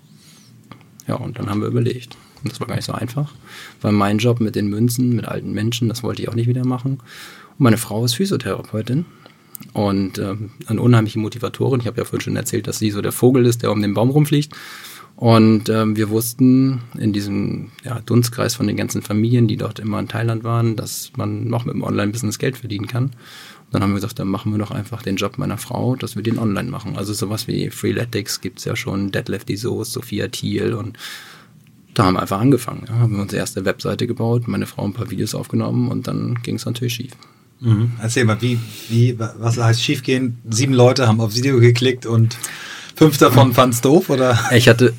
Ja, und dann haben wir überlegt. Und das war gar nicht so einfach, weil mein Job mit den Münzen, mit alten Menschen, das wollte ich auch nicht wieder machen. Und meine Frau ist Physiotherapeutin und eine unheimliche Motivatorin. Ich habe ja vorhin schon erzählt, dass sie so der Vogel ist, der um den Baum rumfliegt. Und wir wussten in diesem Dunstkreis von den ganzen Familien, die dort immer in Thailand waren, dass man noch mit dem Online-Business Geld verdienen kann. Und dann haben wir gesagt, dann machen wir doch einfach den Job meiner Frau, dass wir den online machen. Also sowas wie Freeletics gibt's ja schon, Detlef die Soos, Sophia Thiel und da haben wir einfach angefangen. Ja. Haben wir unsere erste Webseite gebaut, meine Frau ein paar Videos aufgenommen und dann ging es natürlich schief. Mhm. Erzähl mal, was heißt schiefgehen? 7 Leute haben aufs Video geklickt und 5 davon fanden es doof, oder? Ich habe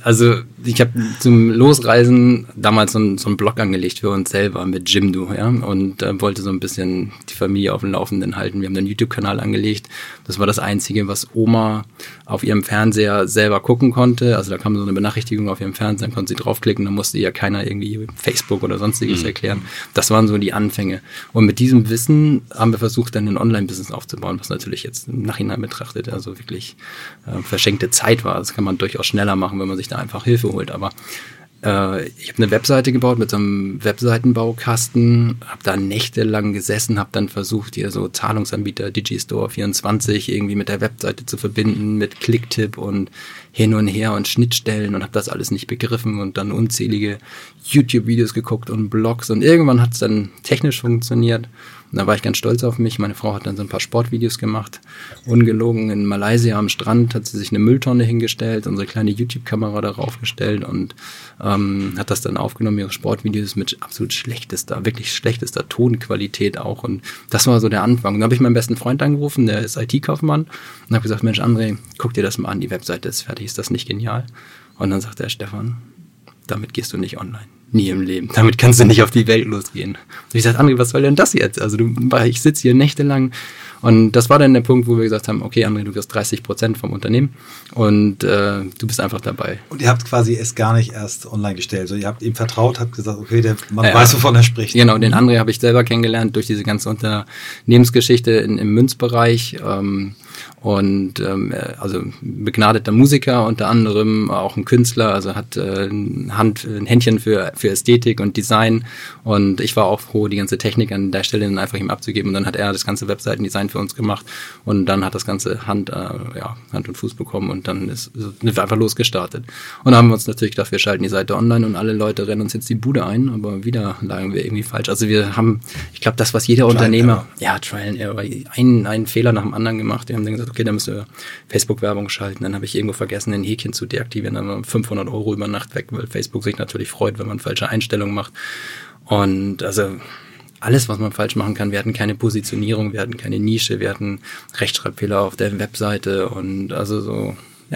zum Losreisen damals so einen Blog angelegt für uns selber mit Jimdo, ja, und wollte so ein bisschen die Familie auf dem Laufenden halten. Wir haben einen YouTube-Kanal angelegt. Das war das Einzige, was Oma auf ihrem Fernseher selber gucken konnte. Also da kam so eine Benachrichtigung auf ihrem Fernseher, dann konnte sie draufklicken, dann musste ja keiner irgendwie Facebook oder sonstiges erklären. Das waren so die Anfänge. Und mit diesem Wissen haben wir versucht, dann ein Online-Business aufzubauen, was natürlich jetzt im Nachhinein betrachtet, also wirklich verschenkte Zeit war. Das kann man durchaus schneller machen, wenn man sich da einfach Hilfe holt. Aber ich habe eine Webseite gebaut mit so einem Webseitenbaukasten, habe da nächtelang gesessen, habe dann versucht, hier so Zahlungsanbieter Digistore24 irgendwie mit der Webseite zu verbinden, mit Clicktip und hin und her und Schnittstellen und habe das alles nicht begriffen und dann unzählige YouTube-Videos geguckt und Blogs und irgendwann hat es dann technisch funktioniert. Und da war ich ganz stolz auf mich. Meine Frau hat dann so ein paar Sportvideos gemacht. Ungelogen in Malaysia am Strand hat sie sich eine Mülltonne hingestellt, unsere kleine YouTube-Kamera darauf gestellt und hat das dann aufgenommen, ihre Sportvideos mit absolut wirklich schlechtester Tonqualität auch. Und das war so der Anfang. Und dann habe ich meinen besten Freund angerufen, der ist IT-Kaufmann, und habe gesagt, Mensch André, guck dir das mal an, die Webseite ist fertig, ist das nicht genial? Und dann sagt er, Stefan, damit gehst du nicht online. Nie im Leben. Damit kannst du nicht auf die Welt losgehen. Und ich sagte, André, was soll denn das jetzt? Also ich sitze hier nächtelang. Und das war dann der Punkt, wo wir gesagt haben, okay, André, du wirst 30% vom Unternehmen und du bist einfach dabei. Und ihr habt quasi es gar nicht erst online gestellt. Also ihr habt ihm vertraut, habt gesagt, okay, der Mann weiß, wovon er spricht. Genau, den André habe ich selber kennengelernt durch diese ganze Unternehmensgeschichte im Münzbereich. Also begnadeter Musiker unter anderem, auch ein Künstler, also hat ein Händchen für Ästhetik und Design und ich war auch froh, die ganze Technik an der Stelle dann einfach ihm abzugeben und dann hat er das ganze Webseitendesign für uns gemacht und dann hat das ganze Hand und Fuß bekommen und dann sind wir einfach losgestartet und dann haben wir uns natürlich gedacht, wir schalten die Seite online und alle Leute rennen uns jetzt die Bude ein, aber wieder lagen wir irgendwie falsch. Also wir haben, ich glaube, das, was jeder Unternehmer, Trial and Error, einen Fehler nach dem anderen gemacht. Wir haben dann gesagt, okay, dann müssen wir Facebook-Werbung schalten. Dann habe ich irgendwo vergessen, ein Häkchen zu deaktivieren. Dann waren 500 € über Nacht weg, weil Facebook sich natürlich freut, wenn man falsche Einstellungen macht. Und also alles, was man falsch machen kann. Wir hatten keine Positionierung, wir hatten keine Nische, wir hatten Rechtschreibfehler auf der Webseite und also so, ja.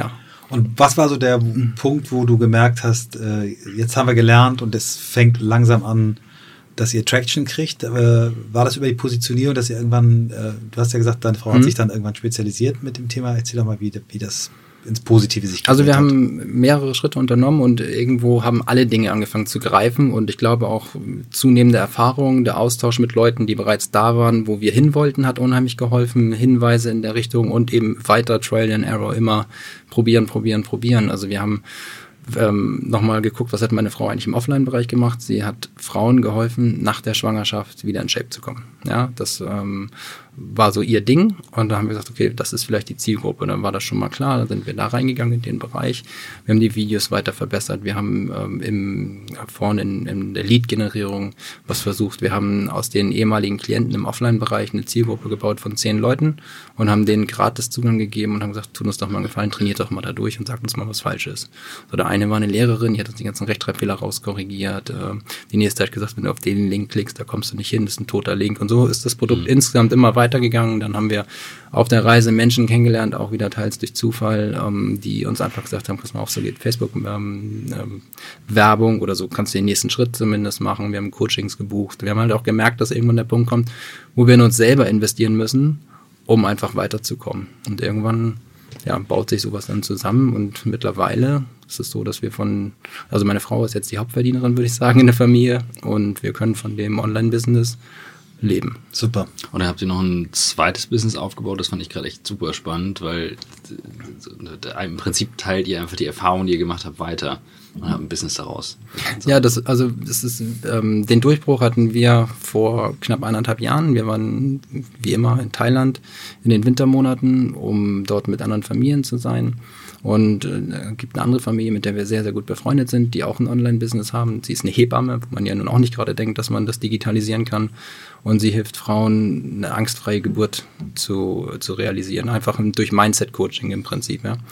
Und was war so der Punkt, wo du gemerkt hast, jetzt haben wir gelernt und es fängt langsam an, dass ihr Traction kriegt? War das über die Positionierung, dass ihr irgendwann, du hast ja gesagt, deine Frau hat sich dann irgendwann spezialisiert mit dem Thema. Erzähl doch mal, wie das ins Positive sich Also wir haben mehrere Schritte unternommen und irgendwo haben alle Dinge angefangen zu greifen und ich glaube auch zunehmende Erfahrung, der Austausch mit Leuten, die bereits da waren, wo wir hin wollten, hat unheimlich geholfen, Hinweise in der Richtung und eben weiter Trial and Error, immer probieren. Also wir haben nochmal geguckt, was hat meine Frau eigentlich im Offline-Bereich gemacht. Sie hat Frauen geholfen, nach der Schwangerschaft wieder in Shape zu kommen. Ja, das war so ihr Ding und da haben wir gesagt, okay, das ist vielleicht die Zielgruppe. Dann war das schon mal klar, dann sind wir da reingegangen in den Bereich. Wir haben die Videos weiter verbessert, wir haben vorne in der Lead-Generierung was versucht. Wir haben aus den ehemaligen Klienten im Offline-Bereich eine Zielgruppe gebaut von 10 Leuten und haben denen gratis Zugang gegeben und haben gesagt, tut uns doch mal einen Gefallen, trainiert doch mal da durch und sagt uns mal, was falsch ist. So, der eine war eine Lehrerin, die hat uns die ganzen Rechtschreibfehler rauskorrigiert. Die nächste hat gesagt, wenn du auf den Link klickst, da kommst du nicht hin, das ist ein toter Link. Und so ist das Produkt insgesamt immer weitergegangen. Dann haben wir auf der Reise Menschen kennengelernt, auch wieder teils durch Zufall, die uns einfach gesagt haben, pass mal auf, so geht Facebook-Werbung oder so kannst du den nächsten Schritt zumindest machen. Wir haben Coachings gebucht. Wir haben halt auch gemerkt, dass irgendwann der Punkt kommt, wo wir in uns selber investieren müssen, um einfach weiterzukommen. Und irgendwann baut sich sowas dann zusammen und mittlerweile ist es so, dass wir also meine Frau ist jetzt die Hauptverdienerin, würde ich sagen, in der Familie und wir können von dem Online-Business leben. Super. Und dann habt ihr noch ein zweites Business aufgebaut, das fand ich gerade echt super spannend, weil im Prinzip teilt ihr einfach die Erfahrungen, die ihr gemacht habt, weiter und habt ein Business daraus. Ja, das ist den Durchbruch hatten wir vor knapp 1,5 Jahren. Wir waren wie immer in Thailand in den Wintermonaten, um dort mit anderen Familien zu sein. Und es gibt eine andere Familie, mit der wir sehr, sehr gut befreundet sind, die auch ein Online-Business haben. Sie ist eine Hebamme, wo man ja nun auch nicht gerade denkt, dass man das digitalisieren kann. Und sie hilft Frauen, eine angstfreie Geburt zu realisieren, einfach durch Mindset-Coaching im Prinzip. Ja.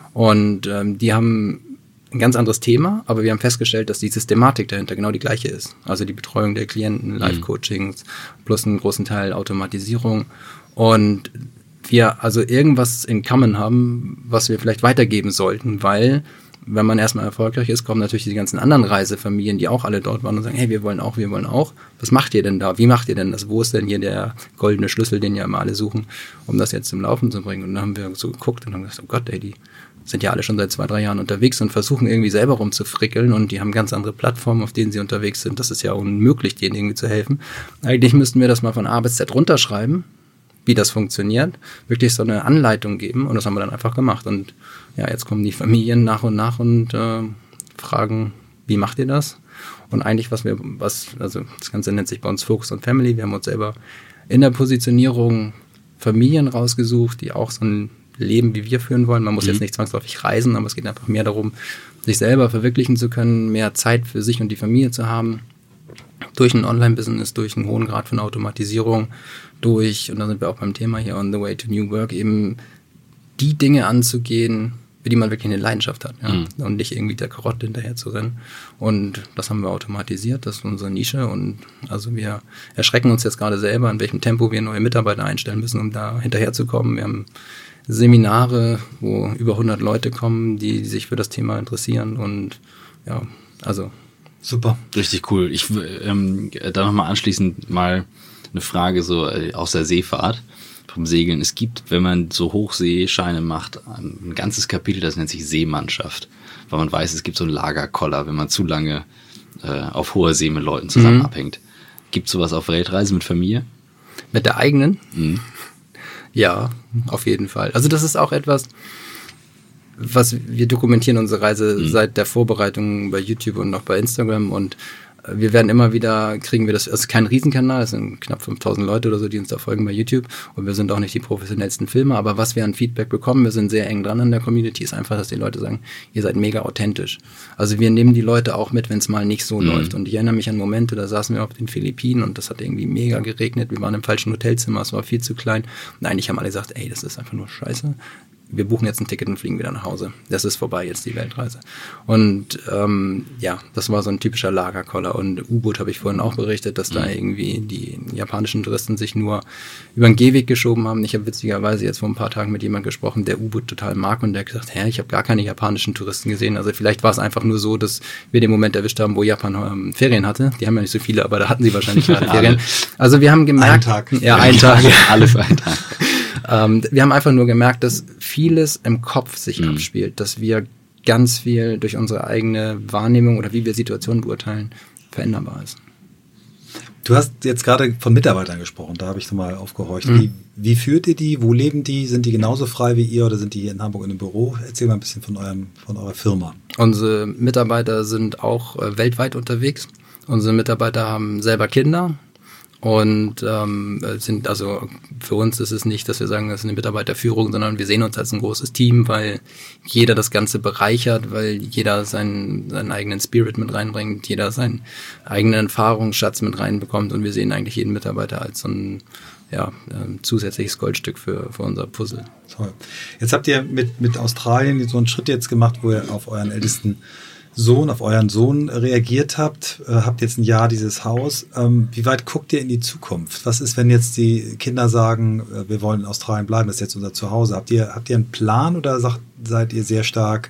Und die haben ein ganz anderes Thema, aber wir haben festgestellt, dass die Systematik dahinter genau die gleiche ist. Also die Betreuung der Klienten, Live-Coachings, plus einen großen Teil Automatisierung. Und wir also irgendwas in Common haben, was wir vielleicht weitergeben sollten, weil wenn man erstmal erfolgreich ist, kommen natürlich die ganzen anderen Reisefamilien, die auch alle dort waren und sagen, hey, wir wollen auch. Was macht ihr denn da? Wie macht ihr denn das? Wo ist denn hier der goldene Schlüssel, den ja immer alle suchen, um das jetzt zum Laufen zu bringen? Und dann haben wir so geguckt und haben gesagt, oh Gott, ey, die sind ja alle schon seit 2-3 Jahren unterwegs und versuchen irgendwie selber rumzufrickeln und die haben ganz andere Plattformen, auf denen sie unterwegs sind. Das ist ja unmöglich, denen irgendwie zu helfen. Eigentlich müssten wir das mal von A bis Z runterschreiben, wie das funktioniert, wirklich so eine Anleitung geben und das haben wir dann einfach gemacht. Und ja, jetzt kommen die Familien nach und nach und fragen, wie macht ihr das? Und eigentlich also das Ganze nennt sich bei uns Focus on Family. Wir haben uns selber in der Positionierung Familien rausgesucht, die auch so ein Leben wie wir führen wollen. Man muss jetzt nicht zwangsläufig reisen, aber es geht einfach mehr darum, sich selber verwirklichen zu können, mehr Zeit für sich und die Familie zu haben. Durch ein Online-Business, durch einen hohen Grad von Automatisierung, und da sind wir auch beim Thema hier on the way to new work, eben die Dinge anzugehen, für die man wirklich eine Leidenschaft hat, ja? Und nicht irgendwie der Karotte hinterher zu rennen. Und das haben wir automatisiert, das ist unsere Nische und also wir erschrecken uns jetzt gerade selber, in welchem Tempo wir neue Mitarbeiter einstellen müssen, um da hinterherzukommen. Wir haben Seminare, wo über 100 Leute kommen, die sich für das Thema interessieren und ja, also super. Richtig cool. Ich da nochmal anschließend mal eine Frage so aus der Seefahrt, vom Segeln. Es gibt, wenn man so Hochseescheine macht, ein ganzes Kapitel, das nennt sich Seemannschaft, weil man weiß, es gibt so einen Lagerkoller, wenn man zu lange auf hoher See mit Leuten zusammen abhängt. Gibt es sowas auf Weltreise mit Familie? Mit der eigenen? Ja, auf jeden Fall. Also das ist auch etwas, was wir dokumentieren unsere Reise seit der Vorbereitung bei YouTube und noch bei Instagram und wir werden immer wieder, kriegen wir das, also kein Riesenkanal, es sind knapp 5000 Leute oder so, die uns da folgen bei YouTube und wir sind auch nicht die professionellsten Filmer, aber was wir an Feedback bekommen, wir sind sehr eng dran an der Community, ist einfach, dass die Leute sagen, ihr seid mega authentisch. Also wir nehmen die Leute auch mit, wenn es mal nicht so läuft und ich erinnere mich an Momente, da saßen wir auf den Philippinen und das hat irgendwie mega geregnet, wir waren im falschen Hotelzimmer, es war viel zu klein und eigentlich haben alle gesagt, ey, das ist einfach nur scheiße. wir buchen jetzt ein Ticket und fliegen wieder nach Hause. Das ist vorbei jetzt, die Weltreise. Und das war so ein typischer Lagerkoller. Und U-Boot habe ich vorhin auch berichtet, dass da irgendwie die japanischen Touristen sich nur über den Gehweg geschoben haben. Ich habe witzigerweise jetzt vor ein paar Tagen mit jemandem gesprochen, der U-Boot total mag, und der hat gesagt, ich habe gar keine japanischen Touristen gesehen. Also vielleicht war es einfach nur so, dass wir den Moment erwischt haben, wo Japan Ferien hatte. Die haben ja nicht so viele, aber da hatten sie wahrscheinlich gerade Ferien. Also wir haben gemerkt... Einen Tag. Alle für einen Tag. Wir haben einfach nur gemerkt, dass vieles im Kopf sich abspielt, dass wir ganz viel durch unsere eigene Wahrnehmung oder wie wir Situationen beurteilen, veränderbar ist. Du hast jetzt gerade von Mitarbeitern gesprochen, da habe ich so mal aufgehorcht. Wie führt ihr die? Wo leben die? Sind die genauso frei wie ihr oder sind die hier in Hamburg in einem Büro? Erzähl mal ein bisschen von eurer Firma. Unsere Mitarbeiter sind auch weltweit unterwegs. Unsere Mitarbeiter haben selber Kinder. Und sind, also für uns ist es nicht, dass wir sagen, das ist eine Mitarbeiterführung, sondern wir sehen uns als ein großes Team, weil jeder das Ganze bereichert, weil jeder seinen eigenen Spirit mit reinbringt, jeder seinen eigenen Erfahrungsschatz mit reinbekommt, und wir sehen eigentlich jeden Mitarbeiter als so ein zusätzliches Goldstück für unser Puzzle. Toll. Jetzt habt ihr mit Australien so einen Schritt jetzt gemacht, wo ihr auf euren ältesten Sohn, auf euren Sohn reagiert habt, habt jetzt ein Jahr dieses Haus. Wie weit guckt ihr in die Zukunft? Was ist, wenn jetzt die Kinder sagen, wir wollen in Australien bleiben, das ist jetzt unser Zuhause? Habt ihr einen Plan oder seid ihr sehr stark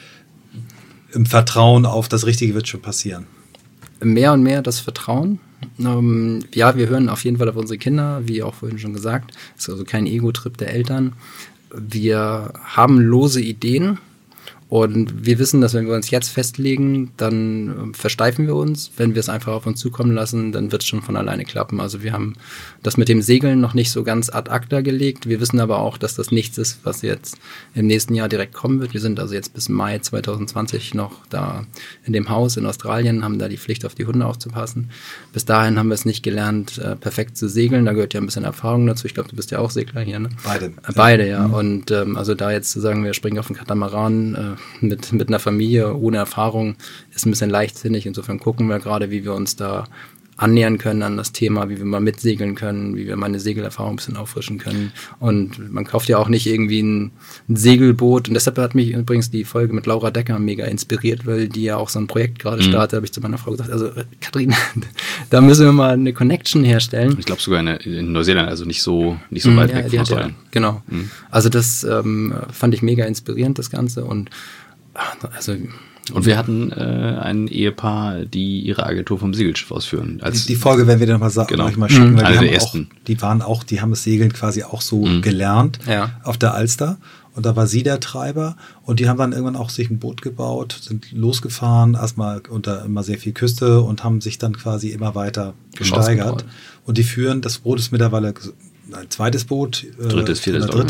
im Vertrauen auf das Richtige wird schon passieren? Mehr und mehr das Vertrauen. Ja, wir hören auf jeden Fall auf unsere Kinder, wie auch vorhin schon gesagt. Es ist also kein Ego-Trip der Eltern. Wir haben lose Ideen. Und wir wissen, dass wenn wir uns jetzt festlegen, dann versteifen wir uns. Wenn wir es einfach auf uns zukommen lassen, dann wird es schon von alleine klappen. Also wir haben das mit dem Segeln noch nicht so ganz ad acta gelegt. Wir wissen aber auch, dass das nichts ist, was jetzt im nächsten Jahr direkt kommen wird. Wir sind also jetzt bis Mai 2020 noch da in dem Haus in Australien, haben da die Pflicht, auf die Hunde aufzupassen. Bis dahin haben wir es nicht gelernt, perfekt zu segeln. Da gehört ja ein bisschen Erfahrung dazu. Ich glaube, du bist ja auch Segler hier, ne? Beide, ja. Und also da jetzt zu sagen, wir springen auf den Katamaran mit einer Familie ohne Erfahrung, ist ein bisschen leichtsinnig. Insofern gucken wir gerade, wie wir uns da annähern können an das Thema, wie wir mal mitsegeln können, wie wir mal eine Segelerfahrung ein bisschen auffrischen können. Und man kauft ja auch nicht irgendwie ein Segelboot. Und deshalb hat mich übrigens die Folge mit Laura Decker mega inspiriert, weil die ja auch so ein Projekt gerade startet. Da habe ich zu meiner Frau gesagt, also Katrin, da müssen wir mal eine Connection herstellen. Ich glaube sogar in Neuseeland, also nicht so weit weg von Australien. Genau. Also das fand ich mega inspirierend, das Ganze. Und wir hatten ein Ehepaar, die ihre Agentur vom Segelschiff ausführen. Die Folge werden wir dir nochmal sagen, mal schicken, weil eine der ersten. Die haben das Segeln quasi auch so gelernt auf der Alster. Und da war sie der Treiber. Und die haben dann irgendwann auch sich ein Boot gebaut, sind losgefahren, erstmal unter immer sehr viel Küste und haben sich dann quasi immer weiter gesteigert. Und die führen, das Boot ist mittlerweile ein zweites Boot, drittes,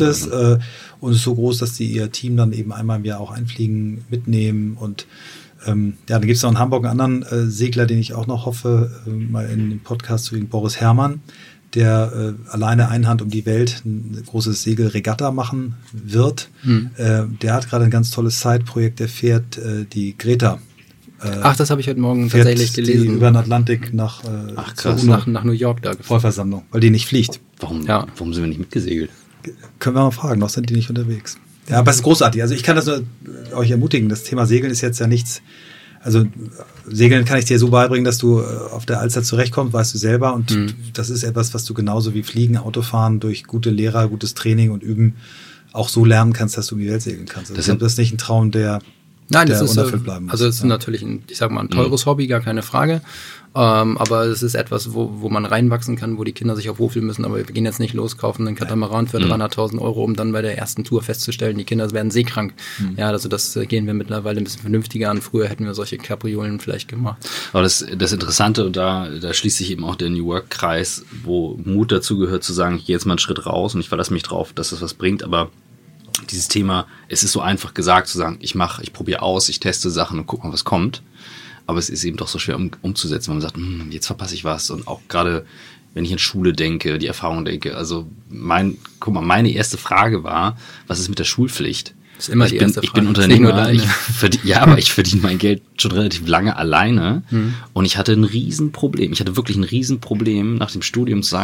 und ist so groß, dass sie ihr Team dann eben einmal im Jahr auch einfliegen, mitnehmen. Und dann gibt es noch in Hamburg einen anderen Segler, den ich auch noch hoffe, mal in den Podcast zu kriegen, Boris Herrmann, der alleine Einhand um die Welt ein großes Segelregatta machen wird. Der hat gerade ein ganz tolles Side-Projekt, der fährt die Greta. Das habe ich heute Morgen tatsächlich gelesen. Die über den Atlantik nach New York da. Vollversammlung, weil die nicht fliegt. Warum sind wir nicht mitgesegelt? Können wir mal fragen, noch sind die nicht unterwegs. Ja, aber es ist großartig. Also ich kann das nur euch ermutigen. Das Thema Segeln ist jetzt ja nichts. Also Segeln kann ich dir so beibringen, dass du auf der Alster zurechtkommst, weißt du selber. Und das ist etwas, was du genauso wie Fliegen, Autofahren durch gute Lehrer, gutes Training und Üben auch so lernen kannst, dass du um die Welt segeln kannst. Also das ist nicht ein Traum, der unerfüllt bleiben muss. Also es ist natürlich ein teures Hobby, gar keine Frage. Aber es ist etwas, wo man reinwachsen kann, wo die Kinder sich auch wohlfühlen müssen. Aber wir gehen jetzt nicht los, kaufen einen Katamaran für 300.000 Euro, um dann bei der ersten Tour festzustellen, die Kinder werden seekrank. Ja, also das gehen wir mittlerweile ein bisschen vernünftiger an. Früher hätten wir solche Kapriolen vielleicht gemacht. Aber das Interessante, und da schließt sich eben auch der New Work-Kreis, wo Mut dazu gehört, zu sagen, ich gehe jetzt mal einen Schritt raus und ich verlasse mich drauf, dass das was bringt. Aber dieses Thema, es ist so einfach gesagt, zu sagen, ich probiere aus, ich teste Sachen und gucke mal, was kommt. Aber es ist eben doch so schwer umzusetzen, wenn man sagt, jetzt verpasse ich was. Und auch gerade, wenn ich an Schule denke, die Erfahrung denke, also meine erste Frage war, was ist mit der Schulpflicht? Das ist immer die erste Frage. Ich bin Unternehmer, aber ich verdiene mein Geld schon relativ lange alleine. Und ich hatte ein Riesenproblem. Ich hatte wirklich ein Riesenproblem, nach dem Studium zu sagen,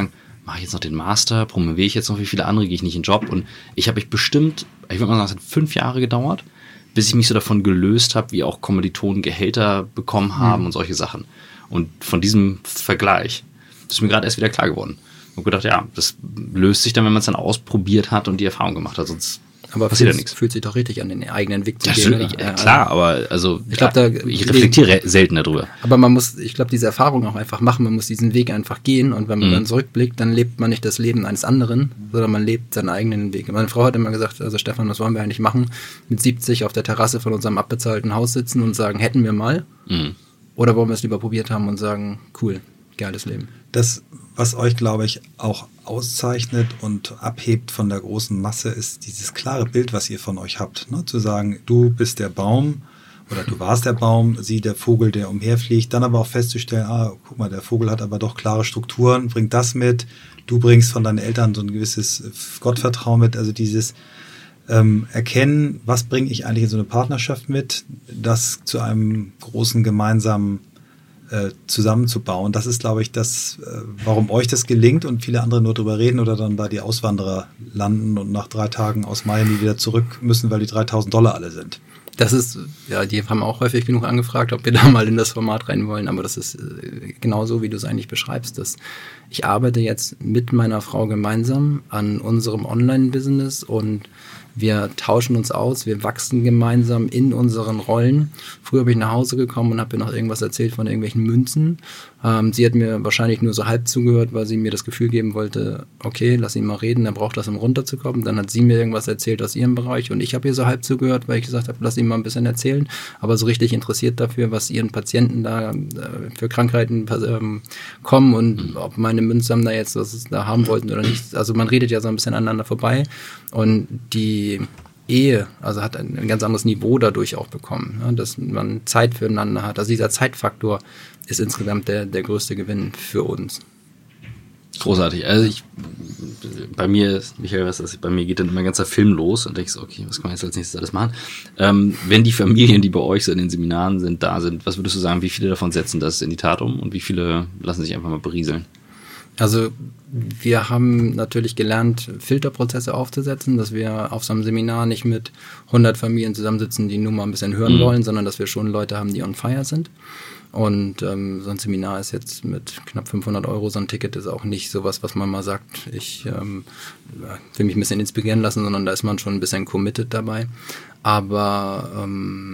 mache ich jetzt noch den Master, promoviere ich jetzt noch wie viele andere, gehe ich nicht in den Job und ich habe mich bestimmt, ich würde mal sagen, es hat 5 Jahre gedauert, bis ich mich so davon gelöst habe, wie auch Kommilitonen Gehälter bekommen haben und solche Sachen. Und von diesem Vergleich, das ist mir gerade erst wieder klar geworden. Ich habe gedacht, ja, das löst sich dann, wenn man es dann ausprobiert hat und die Erfahrung gemacht hat, sonst aber passiert ja nichts. Fühlt sich doch richtig an, den eigenen Weg zu gehen. Ja, klar, aber also ich glaube, ich reflektiere selten darüber. Aber man muss, ich glaube, diese Erfahrung auch einfach machen, man muss diesen Weg einfach gehen und wenn man dann zurückblickt, dann lebt man nicht das Leben eines anderen, sondern man lebt seinen eigenen Weg. Meine Frau hat immer gesagt, also Stefan, was wollen wir eigentlich machen? Mit 70 auf der Terrasse von unserem abbezahlten Haus sitzen und sagen, hätten wir mal? Oder wollen wir es lieber probiert haben und sagen, cool, geiles Leben. Das, was euch, glaube ich, auch auszeichnet und abhebt von der großen Masse, ist dieses klare Bild, was ihr von euch habt. Ne? Zu sagen, du bist der Baum oder du warst der Baum, sie der Vogel, der umherfliegt. Dann aber auch festzustellen, guck mal, der Vogel hat aber doch klare Strukturen, bringt das mit. Du bringst von deinen Eltern so ein gewisses Gottvertrauen mit. Also dieses Erkennen, was bringe ich eigentlich in so eine Partnerschaft mit, das zu einem großen gemeinsamen zusammenzubauen. Das ist, glaube ich, das, warum euch das gelingt und viele andere nur drüber reden oder dann da die Auswanderer landen und nach 3 Tagen aus Miami wieder zurück müssen, weil die $3.000 alle sind. Das ist, ja, die haben auch häufig genug angefragt, ob wir da mal in das Format rein wollen, aber das ist genauso, wie du es eigentlich beschreibst. Dass ich arbeite jetzt mit meiner Frau gemeinsam an unserem Online-Business und wir tauschen uns aus, wir wachsen gemeinsam in unseren Rollen. Früher bin ich nach Hause gekommen und habe ihr noch irgendwas erzählt von irgendwelchen Münzen. Sie hat mir wahrscheinlich nur so halb zugehört, weil sie mir das Gefühl geben wollte, okay, lass ihn mal reden, er braucht das, um runterzukommen. Dann hat sie mir irgendwas erzählt aus ihrem Bereich und ich habe ihr so halb zugehört, weil ich gesagt habe, lass ihn mal ein bisschen erzählen. Aber so richtig interessiert dafür, was ihren Patienten da für Krankheiten kommen und ob meine Münzsammler jetzt was da haben wollten oder nicht. Also man redet ja so ein bisschen aneinander vorbei und die Ehe, also hat ein ganz anderes Niveau dadurch auch bekommen, ne, dass man Zeit füreinander hat. Also dieser Zeitfaktor ist insgesamt der größte Gewinn für uns. Großartig. Also bei mir, Michael, bei mir geht dann immer ein ganzer Film los und denkst so, okay, was kann man jetzt als nächstes alles machen? Wenn die Familien, die bei euch so in den Seminaren sind, da sind, was würdest du sagen, wie viele davon setzen das in die Tat um und wie viele lassen sich einfach mal berieseln? Also wir haben natürlich gelernt, Filterprozesse aufzusetzen, dass wir auf so einem Seminar nicht mit 100 Familien zusammensitzen, die nur mal ein bisschen hören wollen, sondern dass wir schon Leute haben, die on fire sind. Und so ein Seminar ist jetzt mit knapp 500 €, so ein Ticket ist auch nicht sowas, was man mal sagt, ich will mich ein bisschen inspirieren lassen, sondern da ist man schon ein bisschen committed dabei. Aber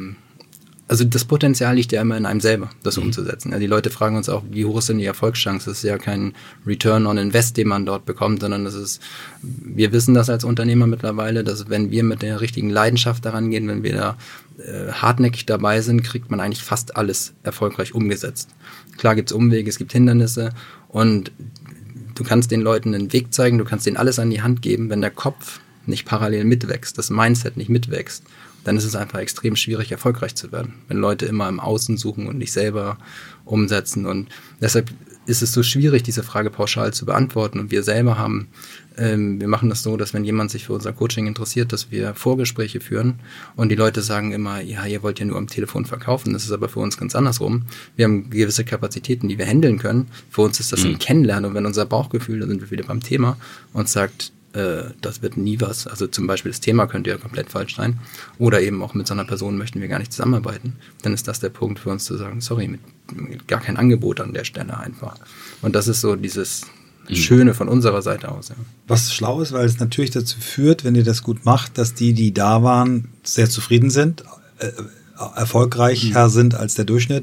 also das Potenzial liegt ja immer in einem selber, das umzusetzen. Ja, die Leute fragen uns auch, wie hoch ist denn die Erfolgschance? Das ist ja kein Return on Invest, den man dort bekommt, sondern das ist, wir wissen das als Unternehmer mittlerweile, dass wenn wir mit der richtigen Leidenschaft daran gehen, wenn wir da hartnäckig dabei sind, kriegt man eigentlich fast alles erfolgreich umgesetzt. Klar gibt es Umwege, es gibt Hindernisse und du kannst den Leuten einen Weg zeigen, du kannst denen alles an die Hand geben, wenn der Kopf nicht parallel mitwächst, das Mindset nicht mitwächst, dann ist es einfach extrem schwierig, erfolgreich zu werden. Wenn Leute immer im Außen suchen und nicht selber umsetzen. Und deshalb ist es so schwierig, diese Frage pauschal zu beantworten. Und wir selber haben, wir machen das so, dass wenn jemand sich für unser Coaching interessiert, dass wir Vorgespräche führen und die Leute sagen immer, ja, ihr wollt ja nur am Telefon verkaufen. Das ist aber für uns ganz andersrum. Wir haben gewisse Kapazitäten, die wir handeln können. Für uns ist das ein Kennenlernen. Und wenn unser Bauchgefühl, da sind wir wieder beim Thema, uns sagt, das wird nie was. Also zum Beispiel das Thema könnte ja komplett falsch sein. Oder eben auch mit so einer Person möchten wir gar nicht zusammenarbeiten. Dann ist das der Punkt für uns zu sagen, sorry, mit gar kein Angebot an der Stelle einfach. Und das ist so dieses Schöne von unserer Seite aus. Ja. Was schlau ist, weil es natürlich dazu führt, wenn ihr das gut macht, dass die da waren, sehr zufrieden sind, erfolgreicher sind als der Durchschnitt,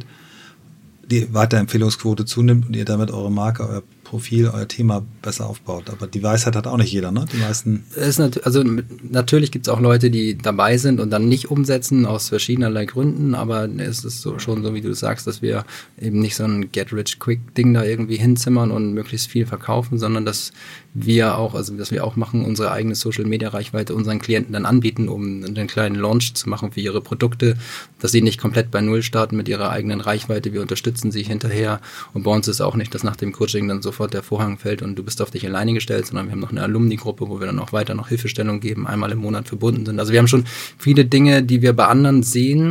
die Weiterempfehlungsquote zunimmt und ihr damit eure Marke, euer Profil, euer Thema besser aufbaut. Aber die Weisheit hat auch nicht jeder, ne? Die meisten. Natürlich gibt es auch Leute, die dabei sind und dann nicht umsetzen, aus verschiedenerlei Gründen, aber es ist schon so, wie du sagst, dass wir eben nicht so ein Get-Rich-Quick-Ding da irgendwie hinzimmern und möglichst viel verkaufen, sondern dass wir auch machen, unsere eigene Social-Media-Reichweite unseren Klienten dann anbieten, um einen kleinen Launch zu machen für ihre Produkte, dass sie nicht komplett bei Null starten mit ihrer eigenen Reichweite. Wir unterstützen sie hinterher und bei uns ist auch nicht, dass nach dem Coaching dann sofort der Vorhang fällt und du bist auf dich alleine gestellt, sondern wir haben noch eine Alumni-Gruppe, wo wir dann auch weiter noch Hilfestellung geben, einmal im Monat verbunden sind. Also wir haben schon viele Dinge, die wir bei anderen sehen,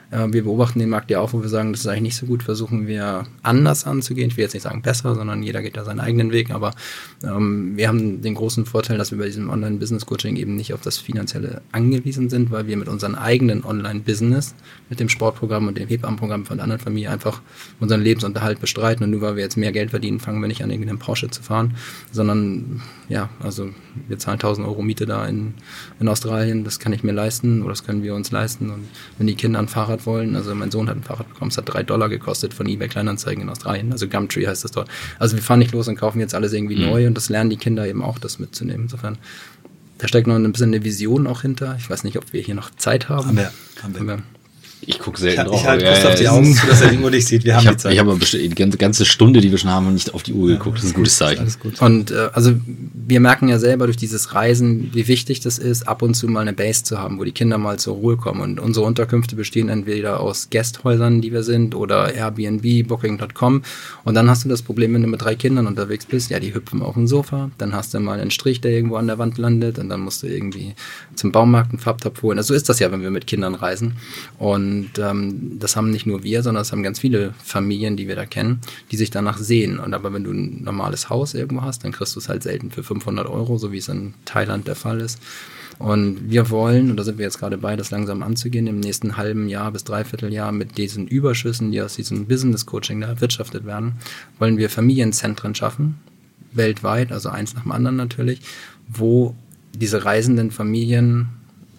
Wir beobachten den Markt ja auch, wo wir sagen, das ist eigentlich nicht so gut, versuchen wir anders anzugehen. Ich will jetzt nicht sagen besser, sondern jeder geht da seinen eigenen Weg, aber wir haben den großen Vorteil, dass wir bei diesem Online-Business-Coaching eben nicht auf das Finanzielle angewiesen sind, weil wir mit unserem eigenen Online-Business, mit dem Sportprogramm und dem Hebammenprogramm von der anderen Familie einfach unseren Lebensunterhalt bestreiten, und nur weil wir jetzt mehr Geld verdienen, fangen wir nicht an, irgendeinen Porsche zu fahren, sondern ja, also wir zahlen 1.000 Euro Miete da in Australien, das kann ich mir leisten oder das können wir uns leisten, und wenn die Kinder ein Fahrrad wollen, also mein Sohn hat ein Fahrrad bekommen, es hat $3 gekostet von eBay Kleinanzeigen in Australien, also Gumtree heißt das dort. Also wir fahren nicht los und kaufen jetzt alles irgendwie neu, und das lernen die Kinder eben auch, das mitzunehmen. Insofern, da steckt noch ein bisschen eine Vision auch hinter. Ich weiß nicht, ob wir hier noch Zeit haben. Haben wir. Ich gucke selten drauf. Ich halte Christoph die Augen zu, dass er die Uhr nicht sieht. Wir haben die Zeit. Ich habe die ganze Stunde, die wir schon haben, nicht auf die Uhr geguckt. Das ist ein gutes Zeichen. Alles gut. Und also wir merken ja selber durch dieses Reisen, wie wichtig das ist, ab und zu mal eine Base zu haben, wo die Kinder mal zur Ruhe kommen. Und unsere Unterkünfte bestehen entweder aus Guesthäusern, die wir sind, oder Airbnb, Booking.com. Und dann hast du das Problem, wenn du mit 3 Kindern unterwegs bist, ja, die hüpfen auf dem Sofa, dann hast du mal einen Strich, der irgendwo an der Wand landet, und dann musst du irgendwie zum Baumarkt einen Farbtopf holen. Also so ist das ja, wenn wir mit Kindern reisen. Und das haben nicht nur wir, sondern das haben ganz viele Familien, die wir da kennen, die sich danach sehen. Und aber wenn du ein normales Haus irgendwo hast, dann kriegst du es halt selten für 500 Euro, so wie es in Thailand der Fall ist. Und wir wollen, und da sind wir jetzt gerade bei, das langsam anzugehen, im nächsten halben Jahr bis Dreivierteljahr mit diesen Überschüssen, die aus diesem Business-Coaching da erwirtschaftet werden, wollen wir Familienzentren schaffen, weltweit, also eins nach dem anderen natürlich, wo diese reisenden Familien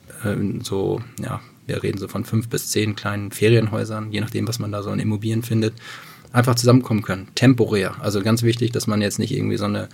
wir reden so von 5 bis 10 kleinen Ferienhäusern, je nachdem, was man da so an Immobilien findet, einfach zusammenkommen können, temporär. Also ganz wichtig, dass man jetzt nicht irgendwie so eine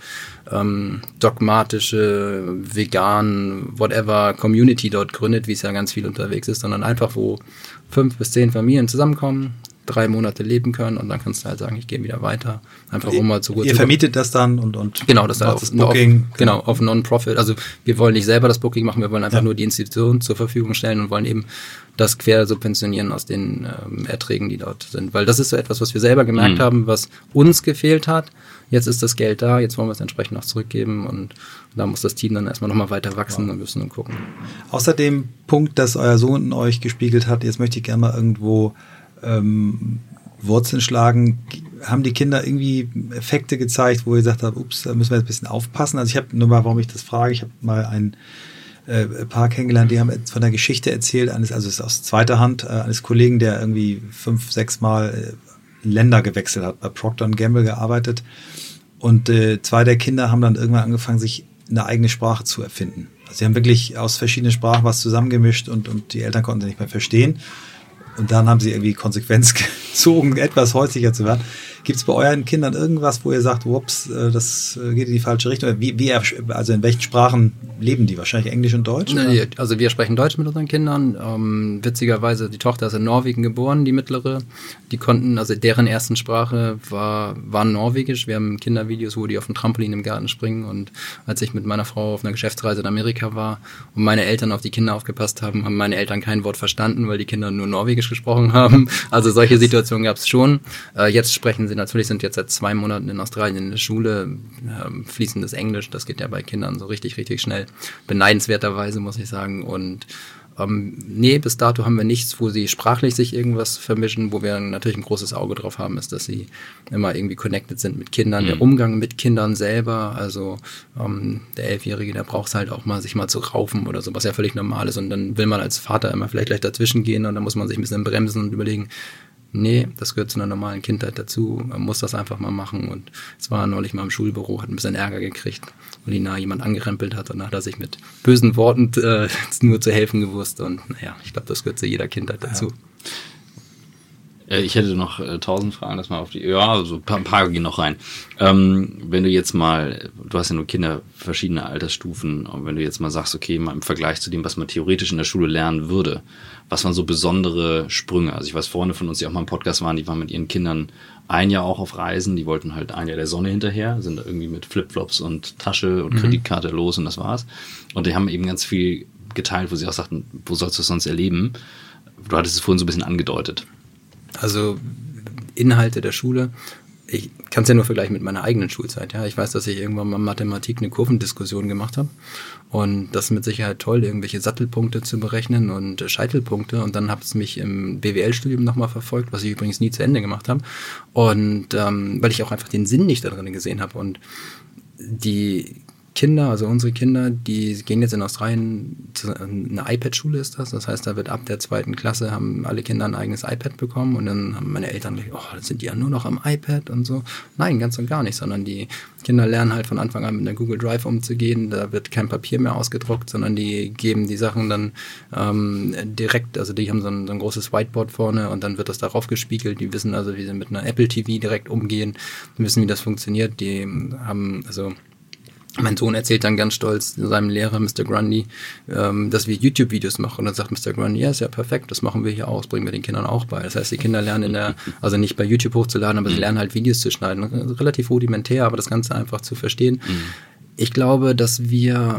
dogmatische, vegan, whatever Community dort gründet, wie es ja ganz viel unterwegs ist, sondern einfach, wo 5 bis 10 Familien zusammenkommen, 3 Monate leben können, und dann kannst du halt sagen, ich gehe wieder weiter, einfach um mal zur Ruhe zu kommen. Ihr vermietet das dann und genau, das auf Booking. Auf Non-Profit. Also wir wollen nicht selber das Booking machen, wir wollen einfach nur die Institution zur Verfügung stellen und wollen eben das quer subventionieren aus den Erträgen, die dort sind. Weil das ist so etwas, was wir selber gemerkt haben, was uns gefehlt hat. Jetzt ist das Geld da, jetzt wollen wir es entsprechend noch zurückgeben, und da muss das Team dann erstmal nochmal weiter wachsen und müssen dann gucken. Außer dem Punkt, dass euer Sohn euch gespiegelt hat, jetzt möchte ich gerne mal irgendwo Wurzeln schlagen. Haben die Kinder irgendwie Effekte gezeigt, wo ihr gesagt habt, ups, da müssen wir jetzt ein bisschen aufpassen? Also ich habe nur mal, warum ich das frage, ich habe mal ein Paar kennengelernt, die haben von der Geschichte erzählt, also es ist aus zweiter Hand, eines Kollegen, der irgendwie 5, 6 Mal Länder gewechselt hat, bei Procter & Gamble gearbeitet, und 2 der Kinder haben dann irgendwann angefangen, sich eine eigene Sprache zu erfinden. Also sie haben wirklich aus verschiedenen Sprachen was zusammengemischt, und die Eltern konnten sie nicht mehr verstehen. Und dann haben sie irgendwie Konsequenz gezogen, etwas häuslicher zu werden. Gibt es bei euren Kindern irgendwas, wo ihr sagt, ups, das geht in die falsche Richtung? Also in welchen Sprachen leben die? Wahrscheinlich Englisch und Deutsch? Nee, also wir sprechen Deutsch mit unseren Kindern. Witzigerweise, die Tochter ist in Norwegen geboren, die mittlere. Die konnten, also deren ersten Sprache war Norwegisch. Wir haben Kindervideos, wo die auf dem Trampolin im Garten springen. Und als ich mit meiner Frau auf einer Geschäftsreise in Amerika war und meine Eltern auf die Kinder aufgepasst haben, haben meine Eltern kein Wort verstanden, weil die Kinder nur Norwegisch gesprochen haben. Also solche Situationen gab es schon. Jetzt sprechen sie natürlich, sind jetzt seit 2 Monaten in Australien in der Schule, fließendes Englisch, das geht ja bei Kindern so richtig, richtig schnell. Beneidenswerterweise, muss ich sagen. Und nee, bis dato haben wir nichts, wo sie sprachlich sich irgendwas vermischen. Wo wir natürlich ein großes Auge drauf haben, ist, dass sie immer irgendwie connected sind mit Kindern. Der Umgang mit Kindern selber, also der 11-Jährige, der braucht es halt auch mal, sich mal zu raufen oder so, was ja völlig normal ist. Und dann will man als Vater immer vielleicht gleich dazwischen gehen, und dann muss man sich ein bisschen bremsen und überlegen, nee, das gehört zu einer normalen Kindheit dazu, man muss das einfach mal machen. Und es war neulich mal im Schulbüro, hat ein bisschen Ärger gekriegt, weil ihn jemand angerempelt hat, und dann hat er sich mit bösen Worten nur zu helfen gewusst, und naja, ich glaube, das gehört zu jeder Kindheit dazu. Ich hätte noch 1000 Fragen, das mal auf die, ja, so ein paar gehen noch rein. Wenn du jetzt mal, du hast ja nur Kinder verschiedener Altersstufen, und wenn du jetzt mal sagst, okay, mal im Vergleich zu dem, was man theoretisch in der Schule lernen würde, was waren so besondere Sprünge? Also ich weiß, Freunde von uns, die auch mal im Podcast waren, die waren mit ihren Kindern ein Jahr auch auf Reisen, die wollten halt ein Jahr der Sonne hinterher, sind da irgendwie mit Flipflops und Tasche und Kreditkarte los, und das war's. Und die haben eben ganz viel geteilt, wo sie auch sagten, wo sollst du es sonst erleben? Du hattest es vorhin so ein bisschen angedeutet. Also Inhalte der Schule ich kann es ja nur vergleichen mit meiner eigenen Schulzeit. Ja, ich weiß, dass ich irgendwann mal Mathematik eine Kurvendiskussion gemacht habe und das ist mit Sicherheit toll, irgendwelche Sattelpunkte zu berechnen und Scheitelpunkte, und dann habe es mich im BWL-Studium nochmal verfolgt, was ich übrigens nie zu Ende gemacht habe, und weil ich auch einfach den Sinn nicht da drin gesehen habe. Und die Kinder, also unsere Kinder, die gehen jetzt in Australien zu einer iPad-Schule, ist das. Das heißt, da wird ab der 2. Klasse haben alle Kinder ein eigenes iPad bekommen, und dann haben meine Eltern gesagt, oh, das sind die ja nur noch am iPad und so. Nein, ganz und gar nicht, sondern die Kinder lernen halt von Anfang an mit der Google Drive umzugehen. Da wird kein Papier mehr ausgedruckt, sondern die geben die Sachen dann direkt, also die haben so ein großes Whiteboard vorne und dann wird das darauf gespiegelt. Die wissen also, wie sie mit einer Apple TV direkt umgehen, wissen, wie das funktioniert. Die haben, also mein Sohn erzählt dann ganz stolz seinem Lehrer, Mr. Grundy, dass wir YouTube-Videos machen. Und dann sagt Mr. Grundy, ja, ist ja perfekt, das machen wir hier auch, das bringen wir den Kindern auch bei. Das heißt, die Kinder lernen also nicht bei YouTube hochzuladen, aber sie lernen halt Videos zu schneiden. Relativ rudimentär, aber das Ganze einfach zu verstehen. Ich glaube, dass wir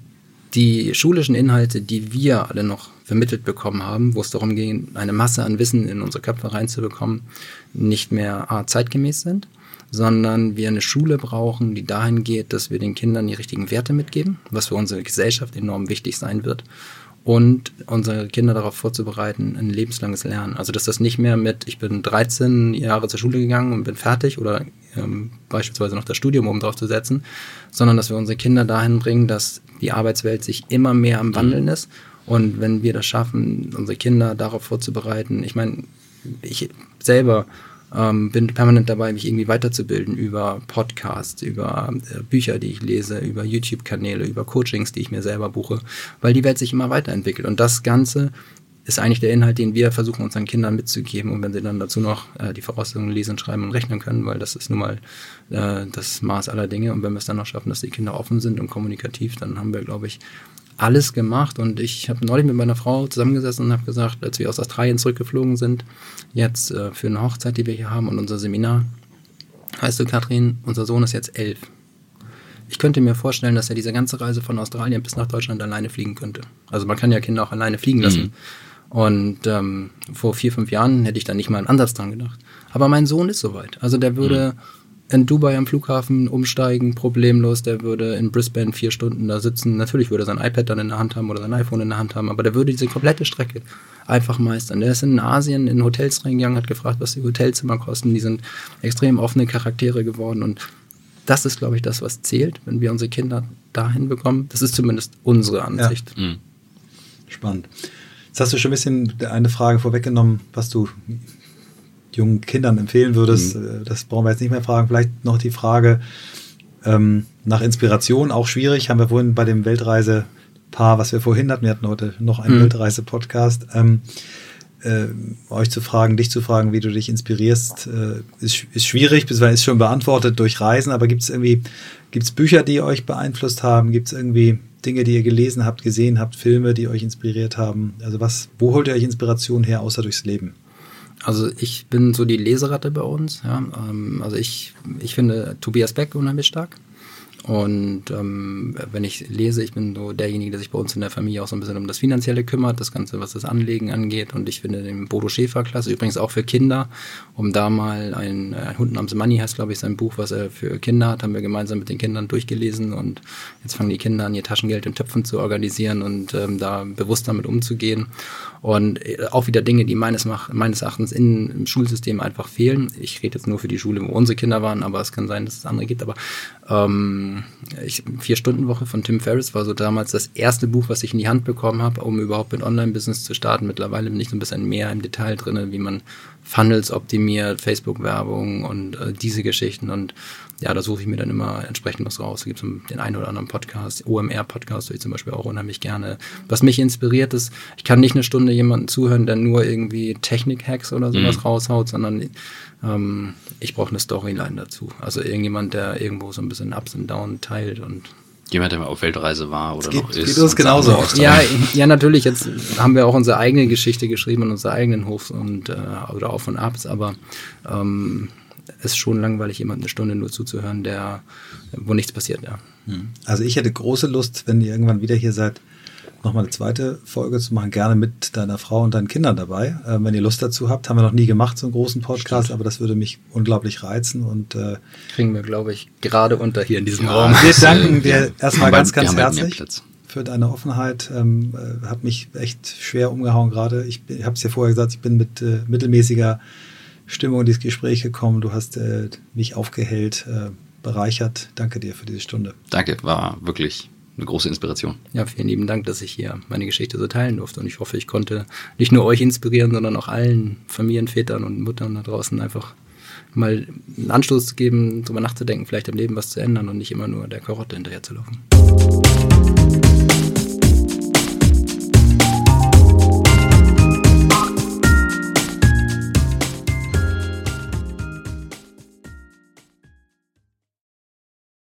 die schulischen Inhalte, die wir alle noch vermittelt bekommen haben, wo es darum ging, eine Masse an Wissen in unsere Köpfe reinzubekommen, nicht mehr zeitgemäß sind, sondern wir eine Schule brauchen, die dahin geht, dass wir den Kindern die richtigen Werte mitgeben, was für unsere Gesellschaft enorm wichtig sein wird, und unsere Kinder darauf vorzubereiten, ein lebenslanges Lernen. Also dass das nicht mehr mit, ich bin 13 Jahre zur Schule gegangen und bin fertig, oder beispielsweise noch das Studium oben drauf zu setzen, sondern dass wir unsere Kinder dahin bringen, dass die Arbeitswelt sich immer mehr am Wandeln ist. Und wenn wir das schaffen, unsere Kinder darauf vorzubereiten, ich meine, ich selber bin permanent dabei, mich irgendwie weiterzubilden über Podcasts, über Bücher, die ich lese, über YouTube-Kanäle, über Coachings, die ich mir selber buche, weil die Welt sich immer weiterentwickelt. Und das Ganze ist eigentlich der Inhalt, den wir versuchen, unseren Kindern mitzugeben. Und wenn sie dann dazu noch die Voraussetzungen lesen, schreiben und rechnen können, weil das ist nun mal das Maß aller Dinge. Und wenn wir es dann noch schaffen, dass die Kinder offen sind und kommunikativ, dann haben wir, glaube ich, alles gemacht. Und ich habe neulich mit meiner Frau zusammengesessen und habe gesagt, als wir aus Australien zurückgeflogen sind, jetzt für eine Hochzeit, die wir hier haben und unser Seminar, weißt du, Katrin, unser Sohn ist jetzt 11. Ich könnte mir vorstellen, dass er diese ganze Reise von Australien bis nach Deutschland alleine fliegen könnte. Also man kann ja Kinder auch alleine fliegen lassen. Und vor 4-5 Jahren hätte ich da nicht mal einen Ansatz dran gedacht. Aber mein Sohn ist soweit. Also der würde in Dubai am Flughafen umsteigen, problemlos. Der würde in Brisbane 4 Stunden da sitzen. Natürlich würde er sein iPad dann in der Hand haben oder sein iPhone in der Hand haben, aber der würde diese komplette Strecke einfach meistern. Der ist in Asien in Hotels reingegangen, hat gefragt, was die Hotelzimmer kosten. Die sind extrem offene Charaktere geworden, und das ist, glaube ich, das, was zählt, wenn wir unsere Kinder dahin bekommen. Das ist zumindest unsere Ansicht. Ja. Spannend. Jetzt hast du schon ein bisschen eine Frage vorweggenommen, was du jungen Kindern empfehlen würdest. Das brauchen wir jetzt nicht mehr fragen. Vielleicht noch die Frage nach Inspiration, auch schwierig. Haben wir vorhin bei dem Weltreisepaar, was wir vorhin hatten, wir hatten heute noch einen Weltreise-Podcast, dich zu fragen, wie du dich inspirierst, ist schwierig, beziehungsweise ist schon beantwortet durch Reisen, aber gibt es Bücher, die euch beeinflusst haben? Gibt es irgendwie Dinge, die ihr gelesen habt, gesehen habt, Filme, die euch inspiriert haben? Also wo holt ihr euch Inspiration her, außer durchs Leben? Also ich bin so die Leseratte bei uns. Ja. Also ich finde Tobias Beck unheimlich stark. Und wenn ich lese, ich bin so derjenige, der sich bei uns in der Familie auch so ein bisschen um das Finanzielle kümmert, das Ganze, was das Anlegen angeht. Und ich finde den Bodo Schäfer klasse, übrigens auch für Kinder, um da mal ein Hund namens Money heißt, glaube ich, sein Buch, was er für Kinder hat, haben wir gemeinsam mit den Kindern durchgelesen, und jetzt fangen die Kinder an, ihr Taschengeld in Töpfen zu organisieren und da bewusst damit umzugehen. Und auch wieder Dinge, die meines Erachtens im Schulsystem einfach fehlen. Ich rede jetzt nur für die Schule, wo unsere Kinder waren, aber es kann sein, dass es andere gibt. Aber 4-Stunden-Woche von Tim Ferriss war so damals das erste Buch, was ich in die Hand bekommen habe, um überhaupt mit Online-Business zu starten. Mittlerweile bin ich so ein bisschen mehr im Detail drin, wie man Funnels optimiert, Facebook-Werbung und diese Geschichten. Und ja, da suche ich mir dann immer entsprechend was raus. Da gibt es den einen oder anderen Podcast, OMR-Podcast, höre ich zum Beispiel auch unheimlich gerne. Was mich inspiriert ist, ich kann nicht eine Stunde jemanden zuhören, der nur irgendwie Technik-Hacks oder sowas raushaut, sondern ich brauche eine Storyline dazu. Also irgendjemand, der irgendwo so ein bisschen Ups und Downs teilt und jemand, der mal auf Weltreise war oder noch ist. Geht uns genauso aus. Ja, natürlich. Jetzt haben wir auch unsere eigene Geschichte geschrieben und unsere eigenen Hochs und oder Auf und Abs, aber es ist schon langweilig, jemand eine Stunde nur zuzuhören, wo nichts passiert, ja. Also ich hätte große Lust, wenn ihr irgendwann wieder hier seid, nochmal eine zweite Folge zu machen, gerne mit deiner Frau und deinen Kindern dabei. Wenn ihr Lust dazu habt, haben wir noch nie gemacht, so einen großen Podcast, Stimmt. aber das würde mich unglaublich reizen. Und kriegen wir, glaube ich, gerade unter hier in diesem Raum. wir danken dir erstmal ganz wir haben bald mehr herzlich Platz. für deine Offenheit. Hat mich echt schwer umgehauen gerade. Ich habe es ja vorher gesagt, ich bin mit mittelmäßiger Stimmung in dieses Gespräch gekommen. Du hast mich aufgehellt, bereichert. Danke dir für diese Stunde. Danke, war wirklich eine große Inspiration. Ja, vielen lieben Dank, dass ich hier meine Geschichte so teilen durfte. Und ich hoffe, ich konnte nicht nur euch inspirieren, sondern auch allen Familienvätern und Müttern da draußen einfach mal einen Anstoß zu geben, darüber nachzudenken, vielleicht im Leben was zu ändern und nicht immer nur der Karotte hinterher zu laufen.